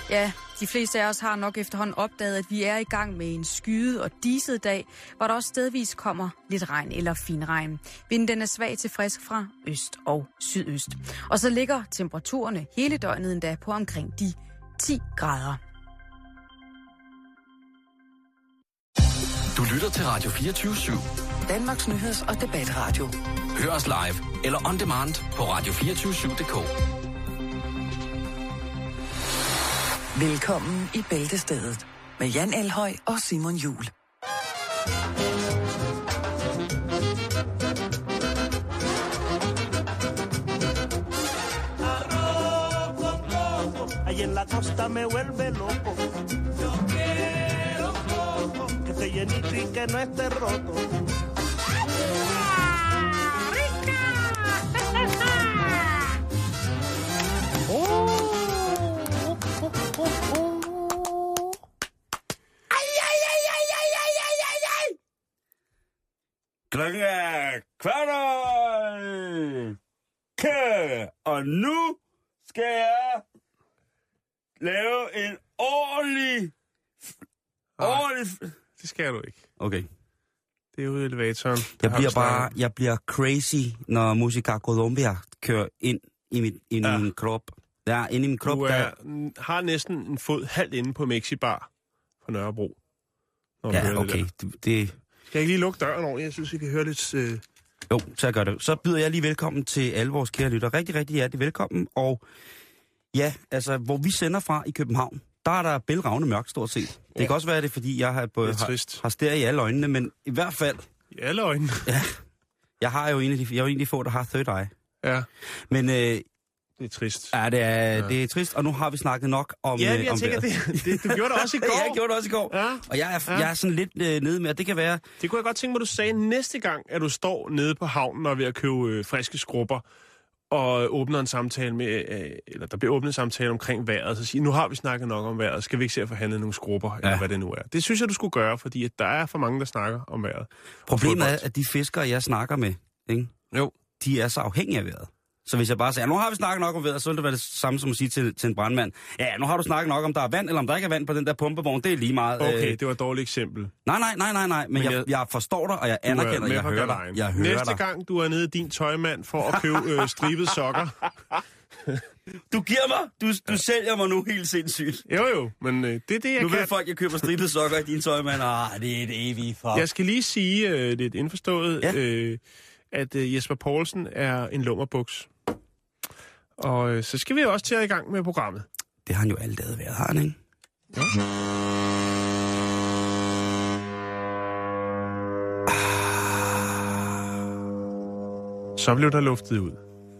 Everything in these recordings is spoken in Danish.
Ja, de fleste af os har nok efterhånden opdaget, at vi er i gang med en skyet og diset dag, hvor der også stedvis kommer lidt regn eller finregn. Vinden den er svag til frisk fra øst og sydøst. Og så ligger temperaturerne hele døgnet endda på omkring de 10 grader. Du lytter til Radio 24/7. Danmarks nyheds- og debatradio. Hør os live eller on demand på radio247.dk. Velkommen i Bæltestedet med Jan Elhøj og Simon Juhl. Ahí en la costa me vuelve loco. Yo quiero coco, que esté llenito y que no esté roto. Klokken er 15:15, og nu skal jeg lave en ordentlig... Det skal du ikke. Okay. Det er jo elevatoren. Jeg bliver crazy, når Musica Colombia kører ind i min krop. Ja, ind i min krop. Du har næsten en fod halvt inde på Mexibar på Nørrebro. Ja, okay. Det... Skal jeg ikke lige lukke døren over? Jeg synes, I kan høre lidt... Jo, så gør det. Så byder jeg lige velkommen til alle vores kære lytter. Rigtig, rigtig hjertelig velkommen. Og ja, altså, hvor vi sender fra i København, der er der bælragende mørkt stort set. Ja. Det kan også være det, fordi jeg har stær i alle øjnene, men i hvert fald... I alle øjnene? Ja. Jeg er jo en af de få, der har third eye. Ja. Men... det er trist. Ja, det er trist, og nu har vi snakket nok om jeg tænker, du gjorde det også i går. Jeg gjorde det også i går, ja. Og jeg er sådan lidt nede med, at det kan være... Det kunne jeg godt tænke mig, du sagde næste gang, at du står nede på havnen og er ved at købe friske skrubber, og åbner en samtale med, eller der bliver åbnet en samtale omkring vejret, så siger nu har vi snakket nok om vejret, skal vi ikke se at forhandle nogle skrubber, eller hvad det nu er. Det synes jeg, du skulle gøre, fordi at der er for mange, der snakker om vejret. Problemet er, at de fiskere, jeg snakker med, ikke? Jo. De er så afhængige af vejret. Så hvis jeg bare siger, nu har vi snakket nok om vejret, så vil det være det samme som at sige til en brandmand, ja, nu har du snakket nok om, der er vand, eller om der ikke er vand på den der pumpevogn, det er lige meget. Okay, det var et dårligt eksempel. Nej, men jeg forstår dig, og jeg anerkender, jeg hører dig. Jeg hører Næste gang, du er nede i din tøjmand for at købe stribede sokker. Du giver mig, du sælger mig nu helt sindssygt. Jo, men det er det, jeg nu kan. Nu ved folk, jeg køber stribede sokker i din tøjmand, det er det evige for. Jeg skal lige sige lidt indforstået, at Jesper Poulsen er en lummerbuks. Og så skal vi også til at i gang med programmet. Det har han jo allerede været, har han, ikke? Ja. Så blev der luftet ud.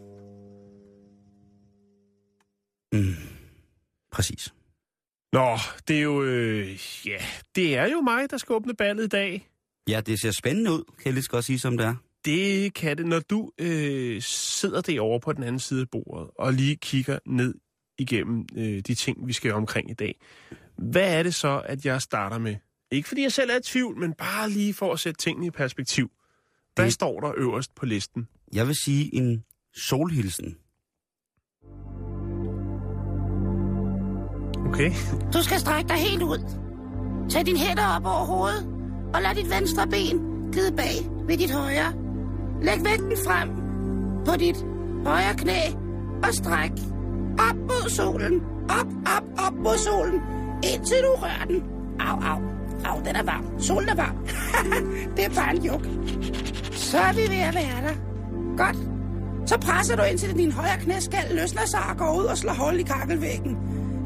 Præcis. Nå, det er jo... det er jo mig, der skal åbne ballet i dag. Ja, det ser spændende ud, kan jeg lige så godt sige, som det er. Det kan det, når du sidder derovre på den anden side af bordet, og lige kigger ned igennem de ting, vi skal omkring i dag. Hvad er det så, at jeg starter med? Ikke fordi jeg selv er i tvivl, men bare lige for at sætte tingene i perspektiv. Hvad står der øverst på listen? Jeg vil sige en solhilsen. Okay. Du skal strække dig helt ud. Tag dine hænder op over hovedet, og lad dit venstre ben glide bag ved dit højre. Læg vægten frem på dit højre knæ og stræk op mod solen. Op mod solen, indtil du rører den. Au, den er varm. Solen er varm. Det er bare en juk. Så er vi ved at være der. Godt. Så presser du ind til din højre knæskal, løsner sig og går ud og slår hul i kakkelvæggen.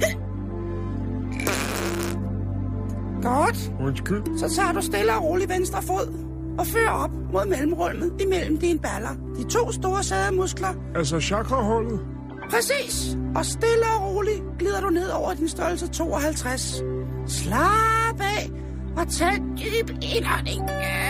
Godt. Så tager du stille og roligt venstre fod og fører op mod mellemrummet imellem dine baller. De 2 store sædemuskler. Altså chakrahullet? Præcis. Og stille og roligt glider du ned over din størrelse 52. Slap af og tag en dyb indånding.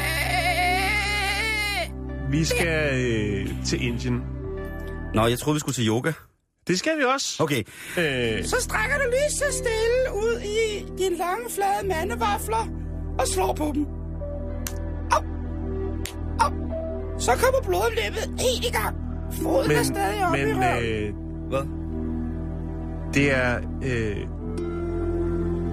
Vi skal til Indien. Nå, jeg troede, vi skulle til yoga. Det skal vi også. Okay. Så strækker du lige så stille ud i dine lange, flade mandevafler og slår på dem. Op. Så kommer blodomløbet helt i gang. Foden er stadig oppe i røven. Hvad? Det er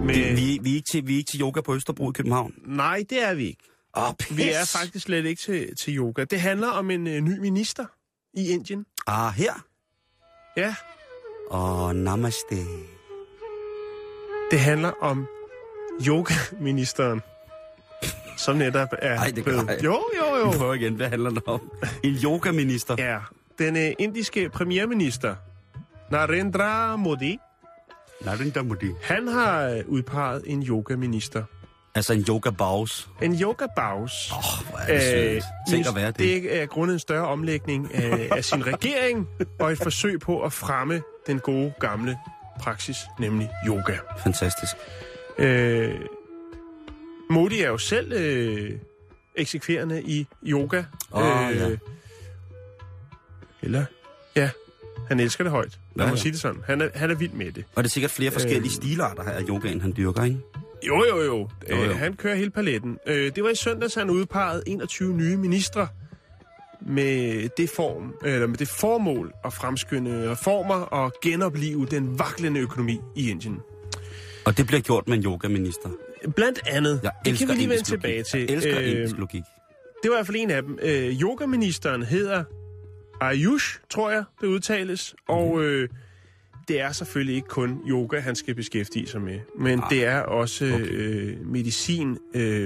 Vi er ikke til yoga på Østerbro i København. Nej, det er vi ikke. Pis. Vi er faktisk slet ikke til yoga. Det handler om en ny minister i Indien. Her? Ja. Namaste. Det handler om yogaministeren, som netop er blevet... Jo. Vi prøver igen. Hvad handler det om? En yogaminister? Ja. Den indiske premierminister, Narendra Modi, han har udpeget en yogaminister. Altså en yogabaus? En yogabaus. Hvor er det sødt. Tænk at være det. Det er grundet en større omlægning af sin regering, og et forsøg på at fremme den gode, gamle praksis, nemlig yoga. Fantastisk. Modi er jo selv eksekverende i yoga. Ja. Eller, ja, han elsker det højt. Lad mig sige det sådan. Han er vild med det. Og det er sikkert flere forskellige stilarter her af yogaen, han dyrker, ikke? Jo. Han kører hele paletten. Det var i søndags, han udpegede 21 nye ministre med det formål at fremskynde reformer og genoplive den vaklende økonomi i Indien. Og det bliver gjort med en yogaminister. Blandt andet. Det kan vi lige vende tilbage til. Jeg elsker indisk logik. Det var i hvert fald en af dem. Yogaministeren hedder Ayush, tror jeg, det udtales. Og det er selvfølgelig ikke kun yoga, han skal beskæftige sig med. Men det er også medicin.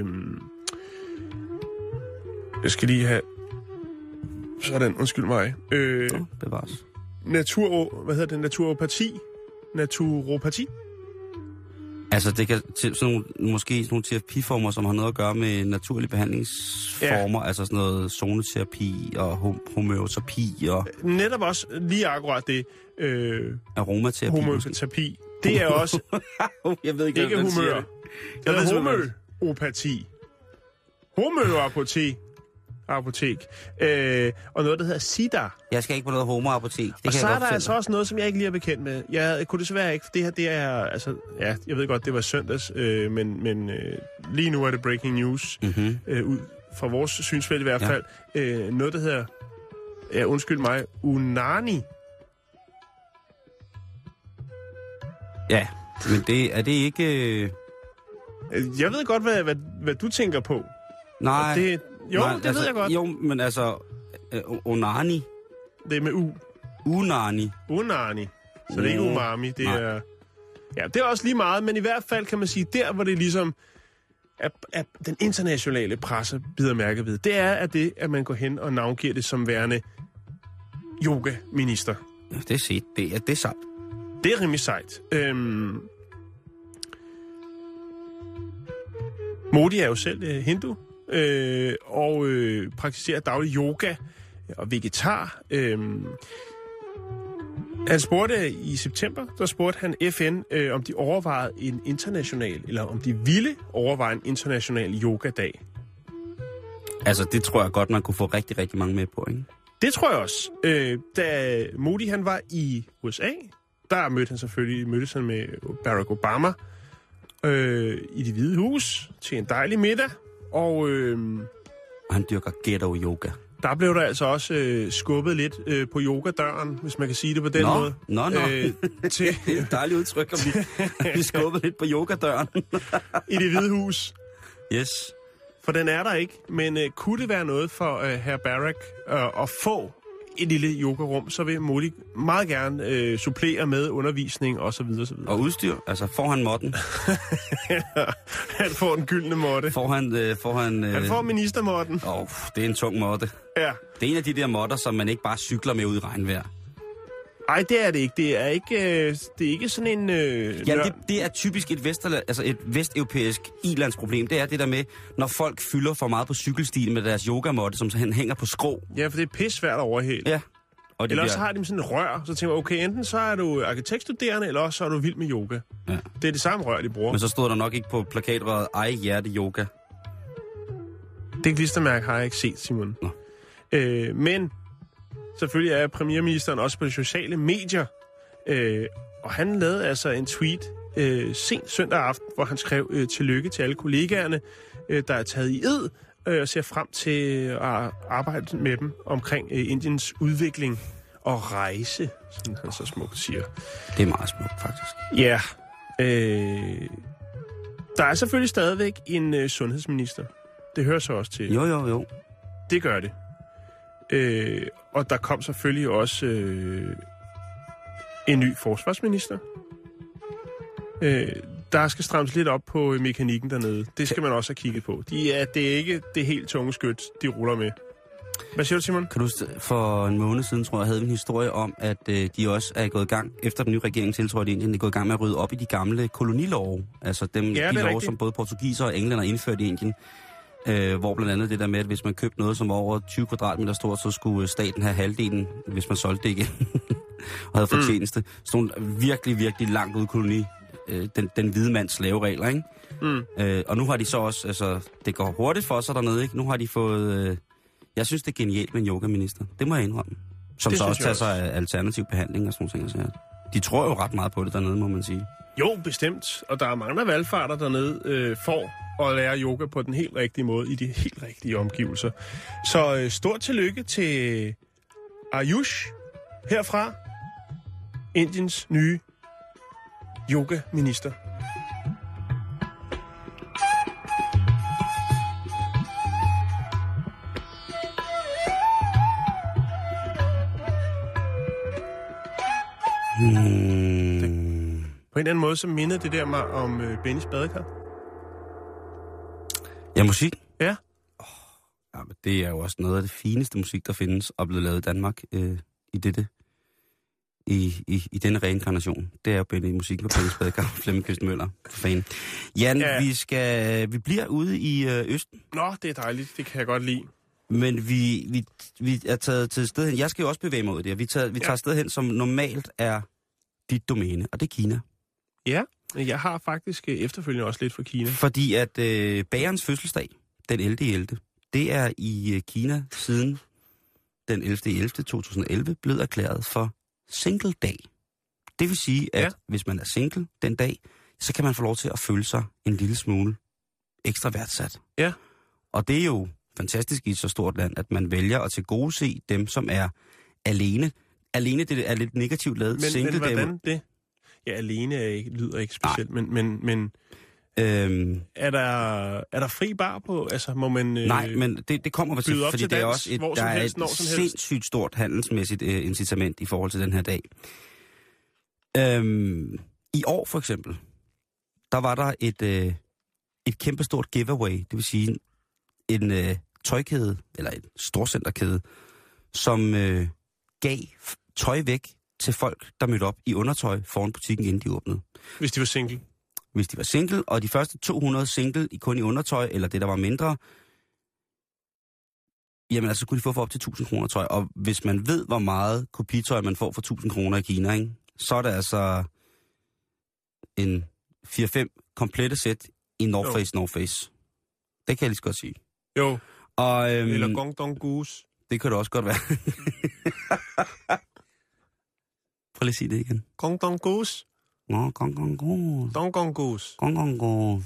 Jeg skal lige have... Sådan, undskyld mig. Bevares. Naturopati? Altså, det kan måske sådan nogle terapiformer, som har noget at gøre med naturlige behandlingsformer, altså sådan noget zoneterapi og homøoterapi og... Netop også lige akkurat det. Aromaterapi. Homøoterapi. Det er også... Jeg ved ikke, ikke humør. Det er homøopati. Homøoapoti. Apotek. Og noget, der hedder Sida. Jeg skal ikke på noget homoapotek. Og så er der altså også noget, som jeg ikke lige er bekendt med. Jeg kunne desværre ikke, for det her, det er... Altså, ja, jeg ved godt, det var søndags, men lige nu er det breaking news. Ud fra vores synsfelt i hvert fald. Noget, der hedder... Ja, undskyld mig. Unani. Ja, men er det ikke... Jeg ved godt, hvad du tænker på. Nej. Det ved jeg godt. Jo, men altså... Onani. Det er med U. Unani. Så det er ikke umami, det er... Ja, det er også lige meget, men i hvert fald kan man sige, der hvor det ligesom... At den internationale presse bider mærke ved, det er at man går hen og navngiver det som værende yoga-minister. Ja, det er set. Det er sejt. Det er rimelig sejt. Modi er jo selv hindu, og praktiserer daglig yoga og vegetar. Han spurgte i september, der spurgte han FN, om de overvejede en international, eller om de ville overveje en international yogadag. Altså, det tror jeg godt, man kunne få rigtig, rigtig mange med på, ikke? Det tror jeg også. Da Modi han var i USA, der mødtes han med Barack Obama i Det Hvide Hus til en dejlig middag. Og han dyrker ghetto-yoga. Der blev der altså også skubbet lidt på yogadøren, hvis man kan sige det på den måde. Nå. Det er et dejligt udtryk, at vi skubbet lidt på yogadøren. I Det Hvide Hus. Yes. For den er der ikke, men kunne det være noget for herr Barack at få et lille yogarum, så vil Modi meget gerne supplere med undervisning og så videre, så videre. Og udstyr? Altså, får han måtten? Han får den gyldne måtte. Han får ministermåtten. Det er en tung måtte. Ja. Det er en af de der måtter, som man ikke bare cykler med ud i regnvejr. Nej, det er det ikke. Det er ikke sådan en... Det er typisk et vesteuropæisk ilandsproblem. Det er det der med, når folk fylder for meget på cykelstien med deres yogamåtte, som så hænger på skrå. Ja, for det er pisse svært at overhælde. Ja. Eller også har de sådan et rør, så tænker man, okay, enten så er du arkitektstuderende, eller også så er du vild med yoga. Ja. Det er det samme rør, de bruger. Men så stod der nok ikke på plakatrøret, ej hjerte yoga. Det klistermærke har jeg ikke set, Simon. Men selvfølgelig er premierministeren også på de sociale medier. Og han lavede altså en tweet sent søndag aften, hvor han skrev tillykke til alle kollegaerne, der er taget i ed, og ser frem til at arbejde med dem omkring Indiens udvikling og rejse, som han så smukt siger. Det er meget smukt, faktisk. Ja. Der er selvfølgelig stadigvæk en sundhedsminister. Det hører så også til. Jo. Det gør det. Og der kom selvfølgelig også en ny forsvarsminister. Der skal strammes lidt op på mekanikken dernede. Det skal man også have kigget på. Det er ikke det helt tunge skyt, de ruller med. Hvad siger du, Simon? Kan du for en måned siden, tror jeg, havde en historie om, at de også er gået i gang, efter den nye regering tiltrådte i Indien, de er gået i gang med at rydde op i de gamle kolonilove. Altså de love, som både portugiser og englænder indførte i Indien. Hvor blandt andet det der med, at hvis man købte noget, som var over 20 kvadratmeter stort, så skulle staten have halvdelen, hvis man solgte det igen. Og havde fortjeneste. Sådan nogle virkelig, virkelig langt ude koloni. Den hvide mands slaveregler, ikke? Og nu har de så også, altså, det går hurtigt for sig dernede, ikke? Nu har de fået, jeg synes, det er genialt med en yogaminister. Det må jeg indrømme. Som så også tager sig af alternativ behandling og sådan nogle ting. De tror jo ret meget på det dernede, må man sige. Jo, bestemt. Og der er mange valgfarter dernede for at lære yoga på den helt rigtige måde, i de helt rigtige omgivelser. Så stort tillykke til Ayush herfra, Indiens nye yoga-minister. På en eller anden måde, så minder det der mig om Bennys badekar. Ja, musik? Ja. Ja, men det er jo også noget af det fineste musik, der findes og blevet lavet i Danmark i denne reinkarnation. Det er jo Benny musik med Bennys badekar, Flemming Kvist Møller. Fan. Jan, ja. Vi bliver ude i Østen. Nå, det er dejligt. Det kan jeg godt lide. Men vi er taget til et sted hen. Jeg skal jo også bevæge mig ud der. Vi tager et sted hen, som normalt er dit domæne, og det er Kina. Ja, jeg har faktisk efterfølgende også lidt for Kina. Fordi at bagerens fødselsdag, den 11.11., det er i Kina siden den 11.11.2011 blevet erklæret for single-dag. Det vil sige, at hvis man er single den dag, så kan man få lov til at føle sig en lille smule ekstra værdsat. Ja. Og det er jo fantastisk i et så stort land, at man vælger at tilgodese dem, som er alene. Alene, det er lidt negativt lavet. Men hvordan det? Ja, alene lyder ikke specielt, men er der fri bar på? Altså, må man nej, men det kommer til, fordi det er også der er et sindssygt stort handelsmæssigt incitament i forhold til den her dag. I år for eksempel, der var der et kæmpestort giveaway, det vil sige en tøjkæde, eller et storcenterkæde, som gav tøj væk til folk, der mødte op i undertøj foran butikken, inden de åbnede. Hvis de var single? Hvis de var single, og de første 200 single kun i undertøj, eller det, der var mindre, jamen altså, kunne de få for op til 1.000 kroner tøj. Og hvis man ved, hvor meget kopitøj man får for 1.000 kroner i Kina, ikke, så er det altså en 4-5 komplette sæt i North Face. Det kan jeg lige så godt sige. Jo. Og, eller Gong Dong Goose. Det kan det også godt være. Prøv lige at sige det igen. Gong Dong Goose. Nå, Gong Gong Goose. Dong Gong Goose. Gong Gong Goose.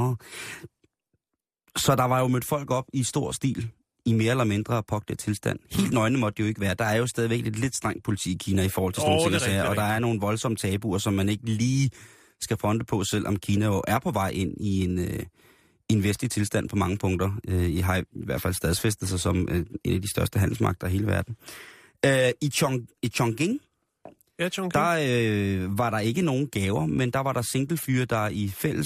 Så der var jo mødt folk op i stor stil, i mere eller mindre påklædt tilstand. Helt nøgne måtte det jo ikke være. Der er jo stadigvæk et lidt strengt politi i Kina i forhold til sådan nogle ting, og der er nogle voldsomme tabuer, som man ikke lige skal fronte på, selvom Kina jo er på vej ind i en vestlig tilstand på mange punkter. I har i hvert fald stadsfæstet sig som en af de største handelsmagter i hele verden. I Chongqing, der var der ikke nogen gaver, men der var der singlefyre, der i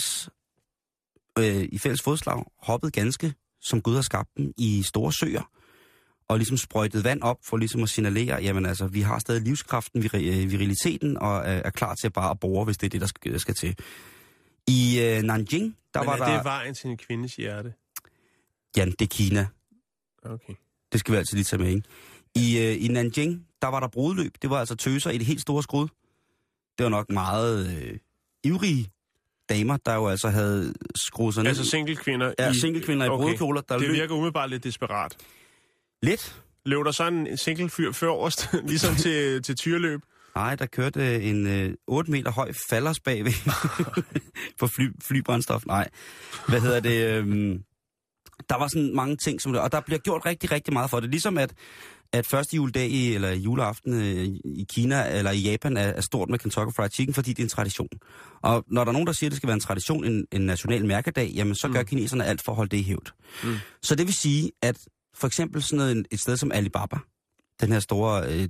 fælles fodslag hoppede ganske, som Gud har skabt dem, i store søer, og ligesom sprøjtede vand op for ligesom at signalere, jamen altså, vi har stadig livskraften, viriliteten, og er klar til bare at bore, hvis det er det, der skal til. I Nanjing, der var der... Men er det vejen til en kvindes hjerte? Ja, det er Kina. Okay. Det skal vi altid lige tage med, ikke? I Nanjing, der var der brudløb. Det var altså tøser i det helt store skrud. Det var nok meget ivrige damer, der jo altså havde skruet sig ned. Altså single-kvinder? Ja, single-kvinder i brudekjoler, der det virker umiddelbart lidt desperat. Lidt. Løb der så en single-fyr først, ligesom til tyrløb? Nej, der kørte en 8 meter høj fallers bagved på flybrændstof. Nej, hvad hedder det? Der var sådan mange ting, som det, og der bliver gjort rigtig, rigtig meget for det. Ligesom at at første juledag eller juleaften i Kina eller i Japan er stort med Kentucky Fried Chicken, fordi det er en tradition. Og når der er nogen, der siger, at det skal være en tradition, en national mærkedag, jamen så gør kineserne alt for at holde det i hævd. Så det vil sige, at for eksempel sådan noget, et sted som Alibaba, den her store...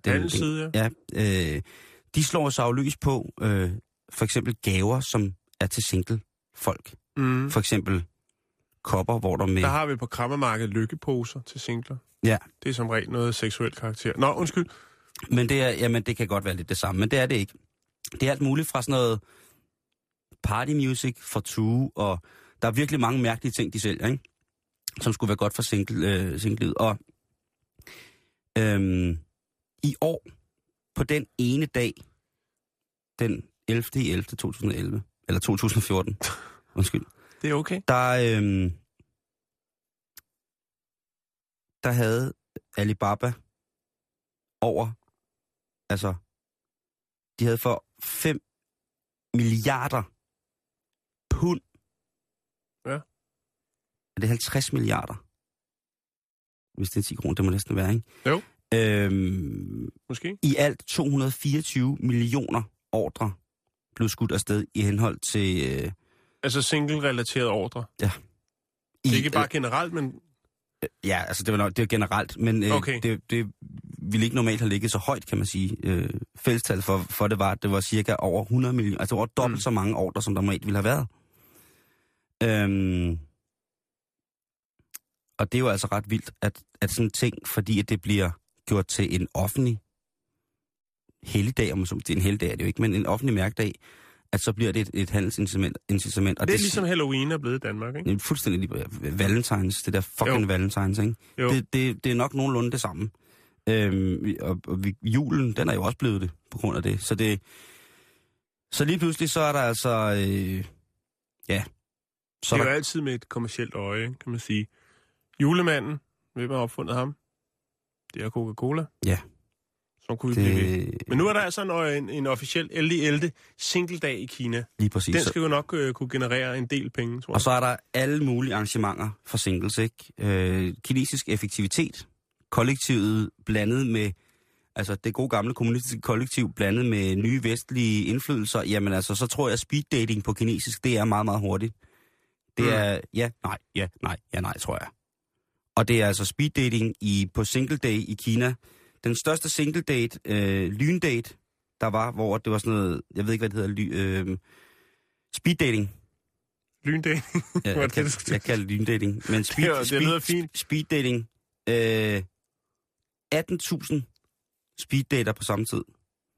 de slår sig jo løs på for eksempel gaver, som er til single folk. For eksempel kopper, hvor der med... Der har vi på krammermarkedet lykkeposer til singler. Ja. Det er som regel noget seksuel karakter. Nå, undskyld. Men det kan godt være lidt det samme, men det er det ikke. Det er alt muligt fra sådan noget party music for two, og der er virkelig mange mærkelige ting, de sælger, ikke? Som skulle være godt for single-livet. Og i år, på den ene dag, den 11.11.2011, eller 2014, undskyld. Det er okay. Der havde Alibaba over, altså, de havde for 5 milliarder pund. Ja. Er det 50 milliarder? Hvis det er 10 kroner, det må næsten være, ikke? Jo. Måske. I alt 224 millioner ordre blev skudt afsted i henhold til... Altså single-relateret ordre? Ja. Det er ikke bare generelt, men... Ja, altså det er generelt, men okay. det ville ikke normalt have ligget så højt, kan man sige. Fællestal for det var, at det var cirka over 100 millioner, altså over dobbelt så mange ordre, som der normalt ville have været. Og det er jo altså ret vildt, at sådan en ting, fordi at det bliver gjort til en offentlig helligdag, om det er en helligdag, er det jo ikke, men en offentlig mærkedag, at så bliver det et handelsincitament. Og det er ligesom Halloween er blevet i Danmark, ikke? Fuldstændig Valentines, det der fucking Valentines, ikke? Det er nok nogenlunde det samme. Julen, den er jo også blevet det, på grund af det. Så lige pludselig, så er der altså... Så det er jo altid med et kommercielt øje, kan man sige. Julemanden, hvem har opfundet ham? Det er Coca-Cola. Ja. Så kunne vi blive ved. Men nu er der altså en officiel LD single-dag i Kina. Lige præcis. Den skal jo nok kunne generere en del penge, tror jeg. Og så er der alle mulige arrangementer for singles, ikke? Kinesisk effektivitet, kollektivet blandet med, altså det gode gamle kommunistiske kollektiv blandet med nye vestlige indflydelser, jamen altså, så tror jeg, speed dating på kinesisk, det er meget, meget hurtigt. Det er nej, tror jeg. Og det er altså speed dating på single day i Kina. Den største single date, lyndate, der var, hvor det var sådan noget, jeg ved ikke, hvad det hedder, speed dating. Lyndating? Ja, jeg kalder det lyndating. Men det lyder fint. Speed dating. 18.000 speed dater på samme tid.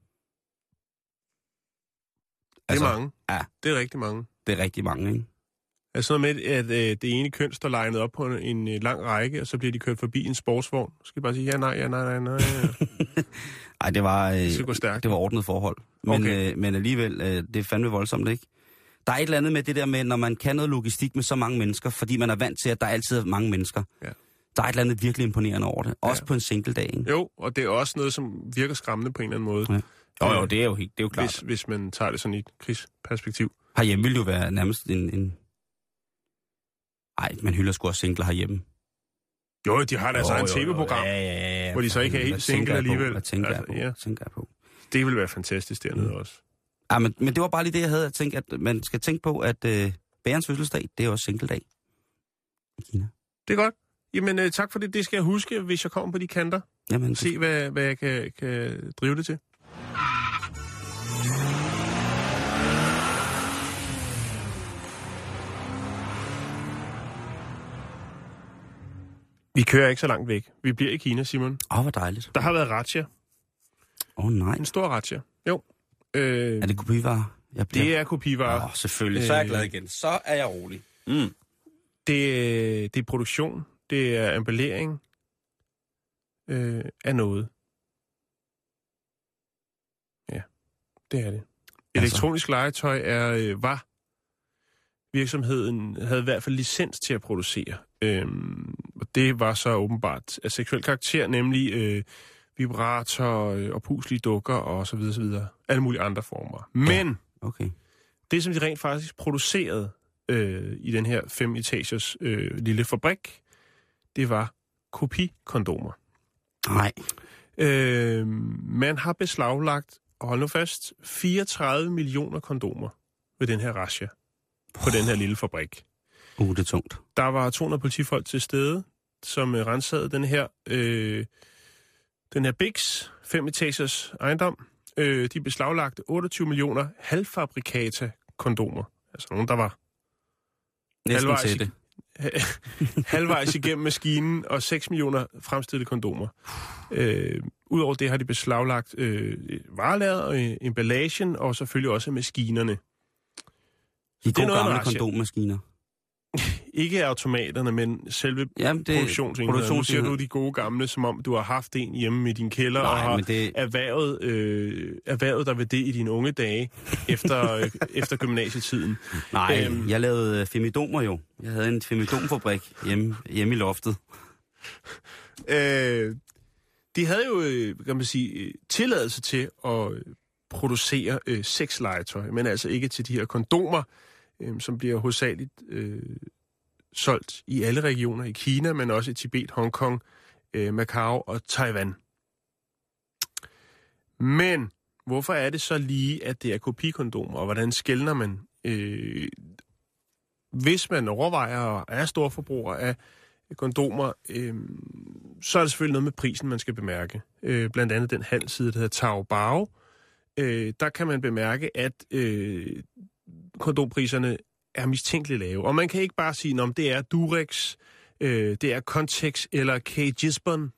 Det er mange. Ja. Det er rigtig mange. Det er rigtig mange, ikke? Altså noget med, at det ene køn står legnet op på en lang række, og så bliver de kørt forbi en sportsvogn. Så skal de bare sige, ja, nej. Ej, det var... det var ordnet forhold. Men alligevel, det er fandme voldsomt, ikke? Der er et eller andet med det der med, når man kan noget logistik med så mange mennesker, fordi man er vant til, at der altid er mange mennesker. Ja. Der er et eller andet virkelig imponerende over det. Også på en single dag, ikke? Jo, og det er også noget, som virker skræmmende på en eller anden måde. Ja. Jo, det er jo klart. Hvis man tager det sådan i et krigsperspektiv. Herhjemme vil jo være nærmest en... Ej, man hylder sgu også singler herhjemme. Jo, de har da altså en tv-program, hvor de så ikke er helt single alligevel. Hvad tænker jeg på? Det vil være fantastisk dernede også. Ja, men det var bare lige det, jeg havde at tænke, at man skal tænke på, at bærens fødselsdag, det er også single-dag i Kina. Det er godt. Jamen, tak for det. Det skal jeg huske, hvis jeg kommer på de kanter. Jamen, se, hvad jeg kan drive det til. Vi kører ikke så langt væk. Vi bliver i Kina, Simon. Hvor dejligt. Der har været razzia. Nej. En stor razzia. Jo. Er det kopivarer? Det er kopivarer. Selvfølgelig. Så er jeg glad igen. Så er jeg rolig. Det er produktion. Det er emballering af noget. Ja, det er det. Elektronisk legetøj var virksomheden havde i hvert fald licens til at producere. Og det var så åbenbart af seksuel karakter, nemlig vibrator og puslige dukker og så videre, så videre. Alle mulige andre former. Men det, som de rent faktisk producerede i den her 5-etagers lille fabrik, det var kopikondomer. Nej. Man har beslaglagt, og hold nu fast, 34 millioner kondomer ved den her razzia på den her lille fabrik. Det er tungt. Der var 200 politifolk til stede, som rensede den her Bix 5-etagers ejendom. De beslaglagte 28 millioner halvfabrikata kondomer. Altså nogen, der var halvvejs igennem maskinen, og 6 millioner fremstillede kondomer. Udover det har de beslaglagt varelaget og emballagen, og selvfølgelig også maskinerne. De gode gamle kondommaskiner. Ikke automaterne, men selve produktionsenheden. Nu siger du de gode gamle, som om du har haft en hjemme i din kælder. Nej, og har erhvervet dig ved det i dine unge dage efter gymnasietiden. Nej, jeg lavede femidomer jo. Jeg havde en femidomfabrik hjemme i loftet. De havde jo, kan man sige, tilladelse til at producere sexlegetøj, men altså ikke til de her kondomer, som bliver hovedsageligt solgt i alle regioner i Kina, men også i Tibet, Hongkong, Macau og Taiwan. Men hvorfor er det så lige, at det er kopikondomer, og hvordan skelner man? Hvis man overvejer og er stor forbruger af kondomer, så er det selvfølgelig noget med prisen, man skal bemærke. Blandt andet den handelsside, der hedder Taobao. Der kan man bemærke, at kondompriserne er mistænkeligt lave. Og man kan ikke bare sige, om det er Durex, det er Contex eller K-Gisbon.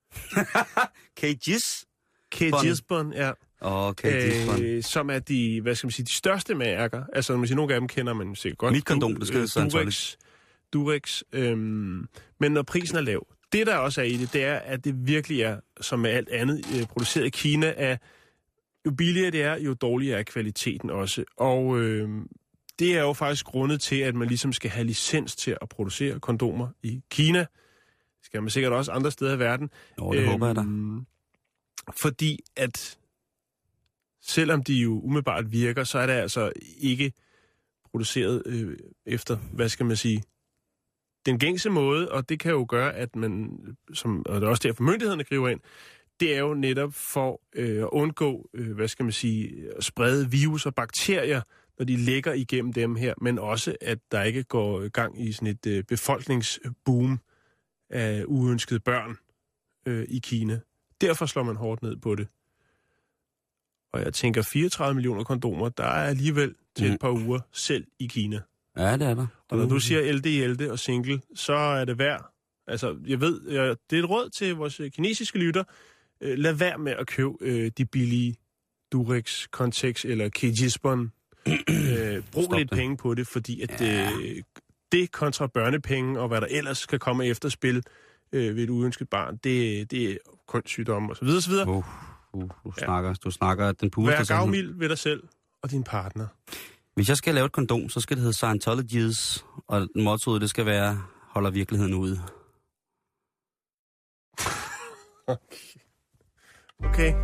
K-Gisbon, ja. Som er de, de største mærker. Altså, man siger, nogle af dem kender man sikkert godt. Mit kondom, det skal Durex. Men når prisen er lav. Det, der også er i det, er, at det virkelig er, som med alt andet produceret i Kina, er jo billigere det er, jo dårligere er kvaliteten også. Og det er jo faktisk grundet til, at man ligesom skal have licens til at producere kondomer i Kina. Det skal man sikkert også andre steder i verden. Det håber jeg da. Fordi at selvom de jo umiddelbart virker, så er det altså ikke produceret efter, den gængse måde, og det kan jo gøre, at man, og det er også derfor myndighederne griber ind, det er jo netop for at undgå, at sprede virus og bakterier, når de ligger igennem dem her, men også, at der ikke går gang i sådan et befolkningsboom af uønskede børn i Kina. Derfor slår man hårdt ned på det. Og jeg tænker, 34 millioner kondomer, der er alligevel til et par uger selv i Kina. Ja, det er der. Og når du siger LD og single, så er det værd. Altså, jeg ved, det er et råd til vores kinesiske lytter. Lad være med at købe de billige Durex, Contex eller K-Gisbon. Brug lidt penge på det, fordi at det kontra børnepenge og hvad der ellers kan komme efter spil ved et uønsket barn, det er kønssygdomme og så videre, så videre. Du snakker den pureste. Vær gavmild ved dig selv og din partner. Hvis jeg skal lave et kondom, så skal det hedde Scientologies, og mottoet, det skal være, holder virkeligheden ude. Okay.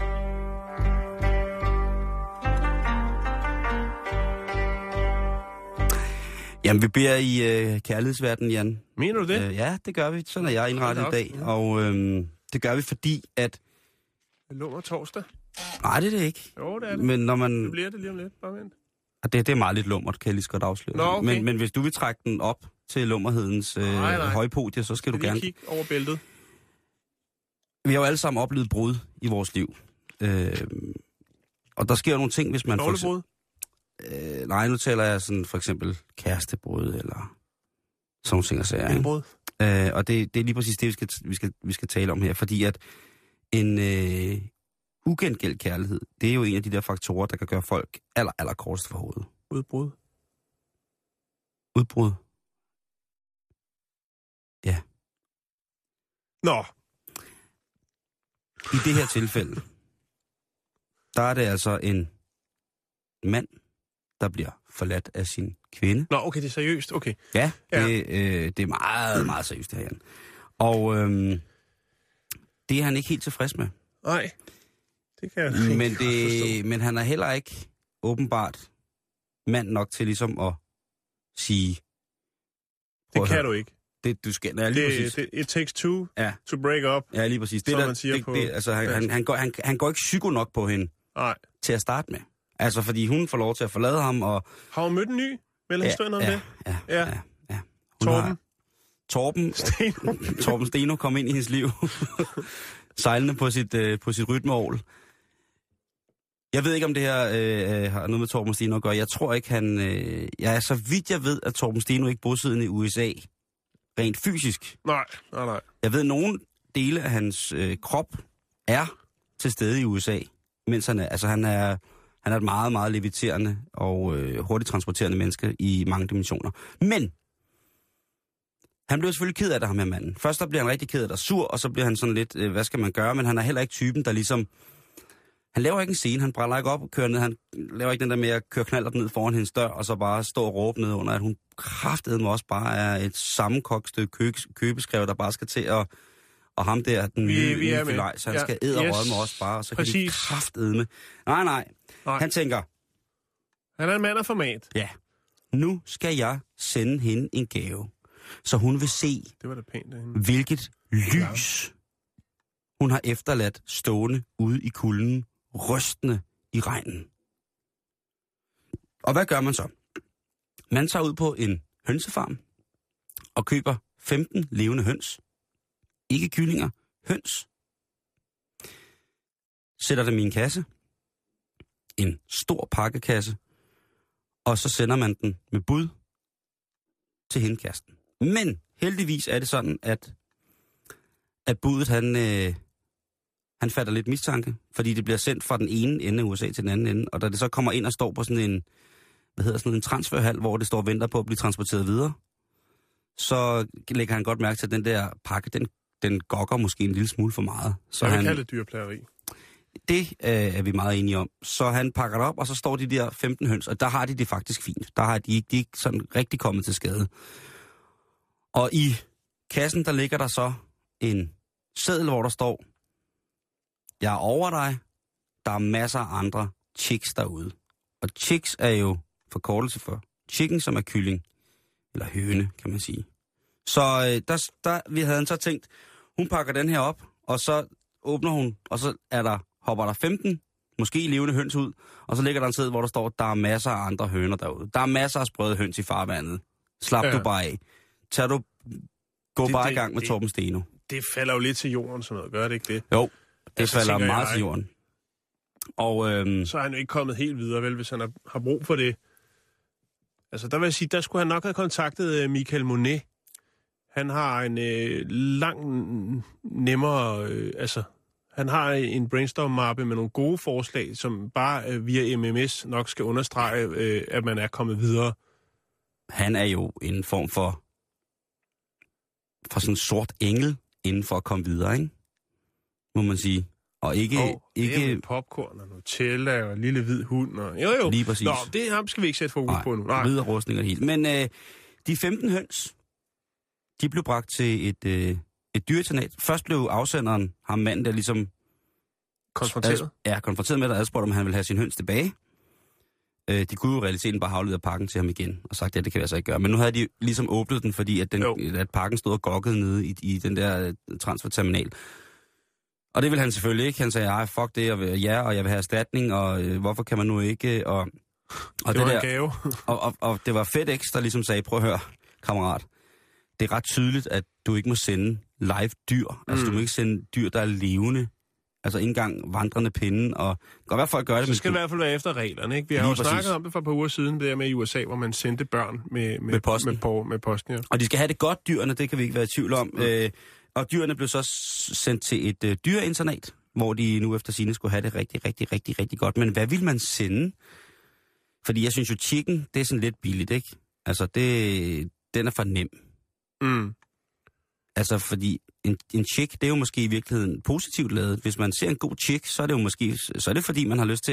Jamen, vi beder i kærlighedsverdenen, Jan. Mener du det? Ja, det gør vi. Sådan er jeg indrettet i dag. Og det gør vi, fordi at... Lummer torsdag? Nej, det er det ikke. Jo, det er det. Men når man... Det bliver det lige om lidt. Bare vent. Det er meget lidt lummert, kan jeg lige så godt afsløre. Nå, okay. Men hvis du vil trække den op til lummerhedens højpodie, så skal du gerne... Kigge over bæltet. Vi har jo alle sammen oplevet brud i vores liv. Og der sker nogle ting, hvis man... Dårlig brud? Nej, nu taler jeg sådan for eksempel kærestebrud, eller sådan nogle ting og sager. Indbrud? Og det er lige præcis det, vi skal tale om her, fordi at en ugengældt kærlighed, det er jo en af de der faktorer, der kan gøre folk aller kortest for hovedet. Udbrud? Udbrud? Ja. Nå. I det her tilfælde, der er det altså en mand, der bliver forladt af sin kvinde. Nå, okay, det er seriøst, okay. Ja, det er meget, meget seriøst det her, Jan. Og det er han ikke helt tilfreds med. Nej, det kan jeg ikke men han er heller ikke åbenbart mand nok til ligesom at sige... Det kan du ikke. Det, du skal... Ja, lige præcis. It takes two to break up. Ja, lige præcis. Det som der, man siger på... altså, han går ikke psyko nok på hende til at starte med. Altså, fordi hun får lov til at forlade ham, og... Har hun mødt en ny? Vel historien om det? Ja. Torben Steno kom ind i hendes liv. Sejlende på sit rytmeål. Jeg ved ikke, om det her har noget med Torben Steno at gøre. Jeg tror ikke, så vidt jeg ved, at Torben Steno ikke bosiddende i USA. Rent fysisk. Nej. Jeg ved, at nogle dele af hans krop er til stede i USA. Mens han er et meget, meget leviterende og hurtigt transporterende menneske i mange dimensioner. Men han blev selvfølgelig ked af det, ham her manden. Først der bliver han rigtig ked af det og sur, og så bliver han sådan lidt, hvad skal man gøre? Men han er heller ikke typen, der ligesom... Han laver ikke en scene, han brænder ikke op og kører ned. Han laver ikke den der med at køre knallert ned foran hendes dør, og så bare stå og råbe ned under, at hun kraftedeme også bare er et sammenkogt stykke købeskrev, der bare skal til at... Og ham der, den nye filej, så han skal æderrøde med os bare, og så kan de kraftedeme. Nej. Han tænker... Han er en mand af format. Ja. Nu skal jeg sende hende en gave, så hun vil se, det var da pænt, hvilket lys hun har efterladt stående ude i kulden, rystende i regnen. Og hvad gør man så? Man tager ud på en hønsefarm og køber 15 levende høns. Ikke kyllinger, høns. Sætter dem i en kasse. En stor pakkekasse. Og så sender man den med bud til hindkasten. Men heldigvis er det sådan, at budet, han fatter lidt mistanke, fordi det bliver sendt fra den ene ende af USA til den anden ende, og da det så kommer ind og står på sådan en transferhal, hvor det står og venter på at blive transporteret videre, så lægger han godt mærke til, at den der pakke, den gokker måske en lille smule for meget. Så jeg vil kalde det dyrplageri. Det er vi meget enige om. Så han pakker det op, og så står de der 15 høns, og der har de det faktisk fint. Der har de ikke sådan rigtig kommet til skade. Og i kassen, der ligger der så en seddel, hvor der står, jeg er over dig, der er masser af andre chicks derude. Og chicks er jo forkortelse for chicken, som er kylling, eller høne, kan man sige. Så vi havde så tænkt, hun pakker den her op, og så åbner hun, og så hopper der 15, måske levende høns ud, og så ligger der en seddel, hvor der står, der er masser af andre høner derude. Der er masser af sprøde høns i farvandet. Slap du bare af. Gå bare i gang med Torben Steno. Det falder jo lidt til jorden, sådan noget. Gør det ikke det? Jo, det falder meget til jorden. Og, så er han jo ikke kommet helt videre, vel, hvis han har brug for det. Altså, der vil jeg sige, der skulle han nok have kontaktet Michael Monet. Han har en nemmere... han har en brainstorm-mappe med nogle gode forslag, som bare via MMS nok skal understrege, at man er kommet videre. Han er jo en form for sådan en sort engel inden for at komme videre, ikke? Må man sige. Og ikke... Det er popcorn og Nutella og en lille hvid hund. Og... Jo. Lige præcis. Nå, det ham skal vi ikke sætte fokus på nu. Nej, hvide rustninger helt. Men de 15 høns, de blev bragt til et dyreinternat. Først blev afsenderen, ham manden, der ligesom... Konfronteret? Konfronteret med, og adspurgte, om han ville have sin høns tilbage. De kunne jo i realiteten bare aflevere pakken til ham igen, og sagt, ja, det kan vi altså ikke gøre. Men nu havde de ligesom åbnet den, fordi at pakken stod og gokkede nede i den der transferterminal. Og det ville han selvfølgelig ikke. Han sagde, fuck det, og jeg vil have erstatning, og hvorfor kan man nu ikke... Og det var en gave. og det var FedEx, der ligesom sagde, prøv at høre, kammerat, det er ret tydeligt, at du ikke må sende live dyr. Altså, du må ikke sende dyr, der er levende. Altså ikke engang vandrende pinde, og det kan godt være, folk gør det. Så skal det i hvert fald være efter reglerne, ikke? Vi har jo snakket om det for et par uger siden, det der med i USA, hvor man sendte børn med posten. Ja. Og de skal have det godt, dyrene, det kan vi ikke være i tvivl om. Og dyrene blev så sendt til et dyreinternat, hvor de nu efter sigende skulle have det rigtig, rigtig, rigtig, rigtig godt. Men hvad vil man sende? Fordi jeg synes jo, chicken, det er sådan lidt billigt, ikke? Altså, den er for nem. Mm. Altså, fordi en chick, det er jo måske i virkeligheden positivt lavet. Hvis man ser en god chick, så er det jo måske, så er det fordi, man har lyst til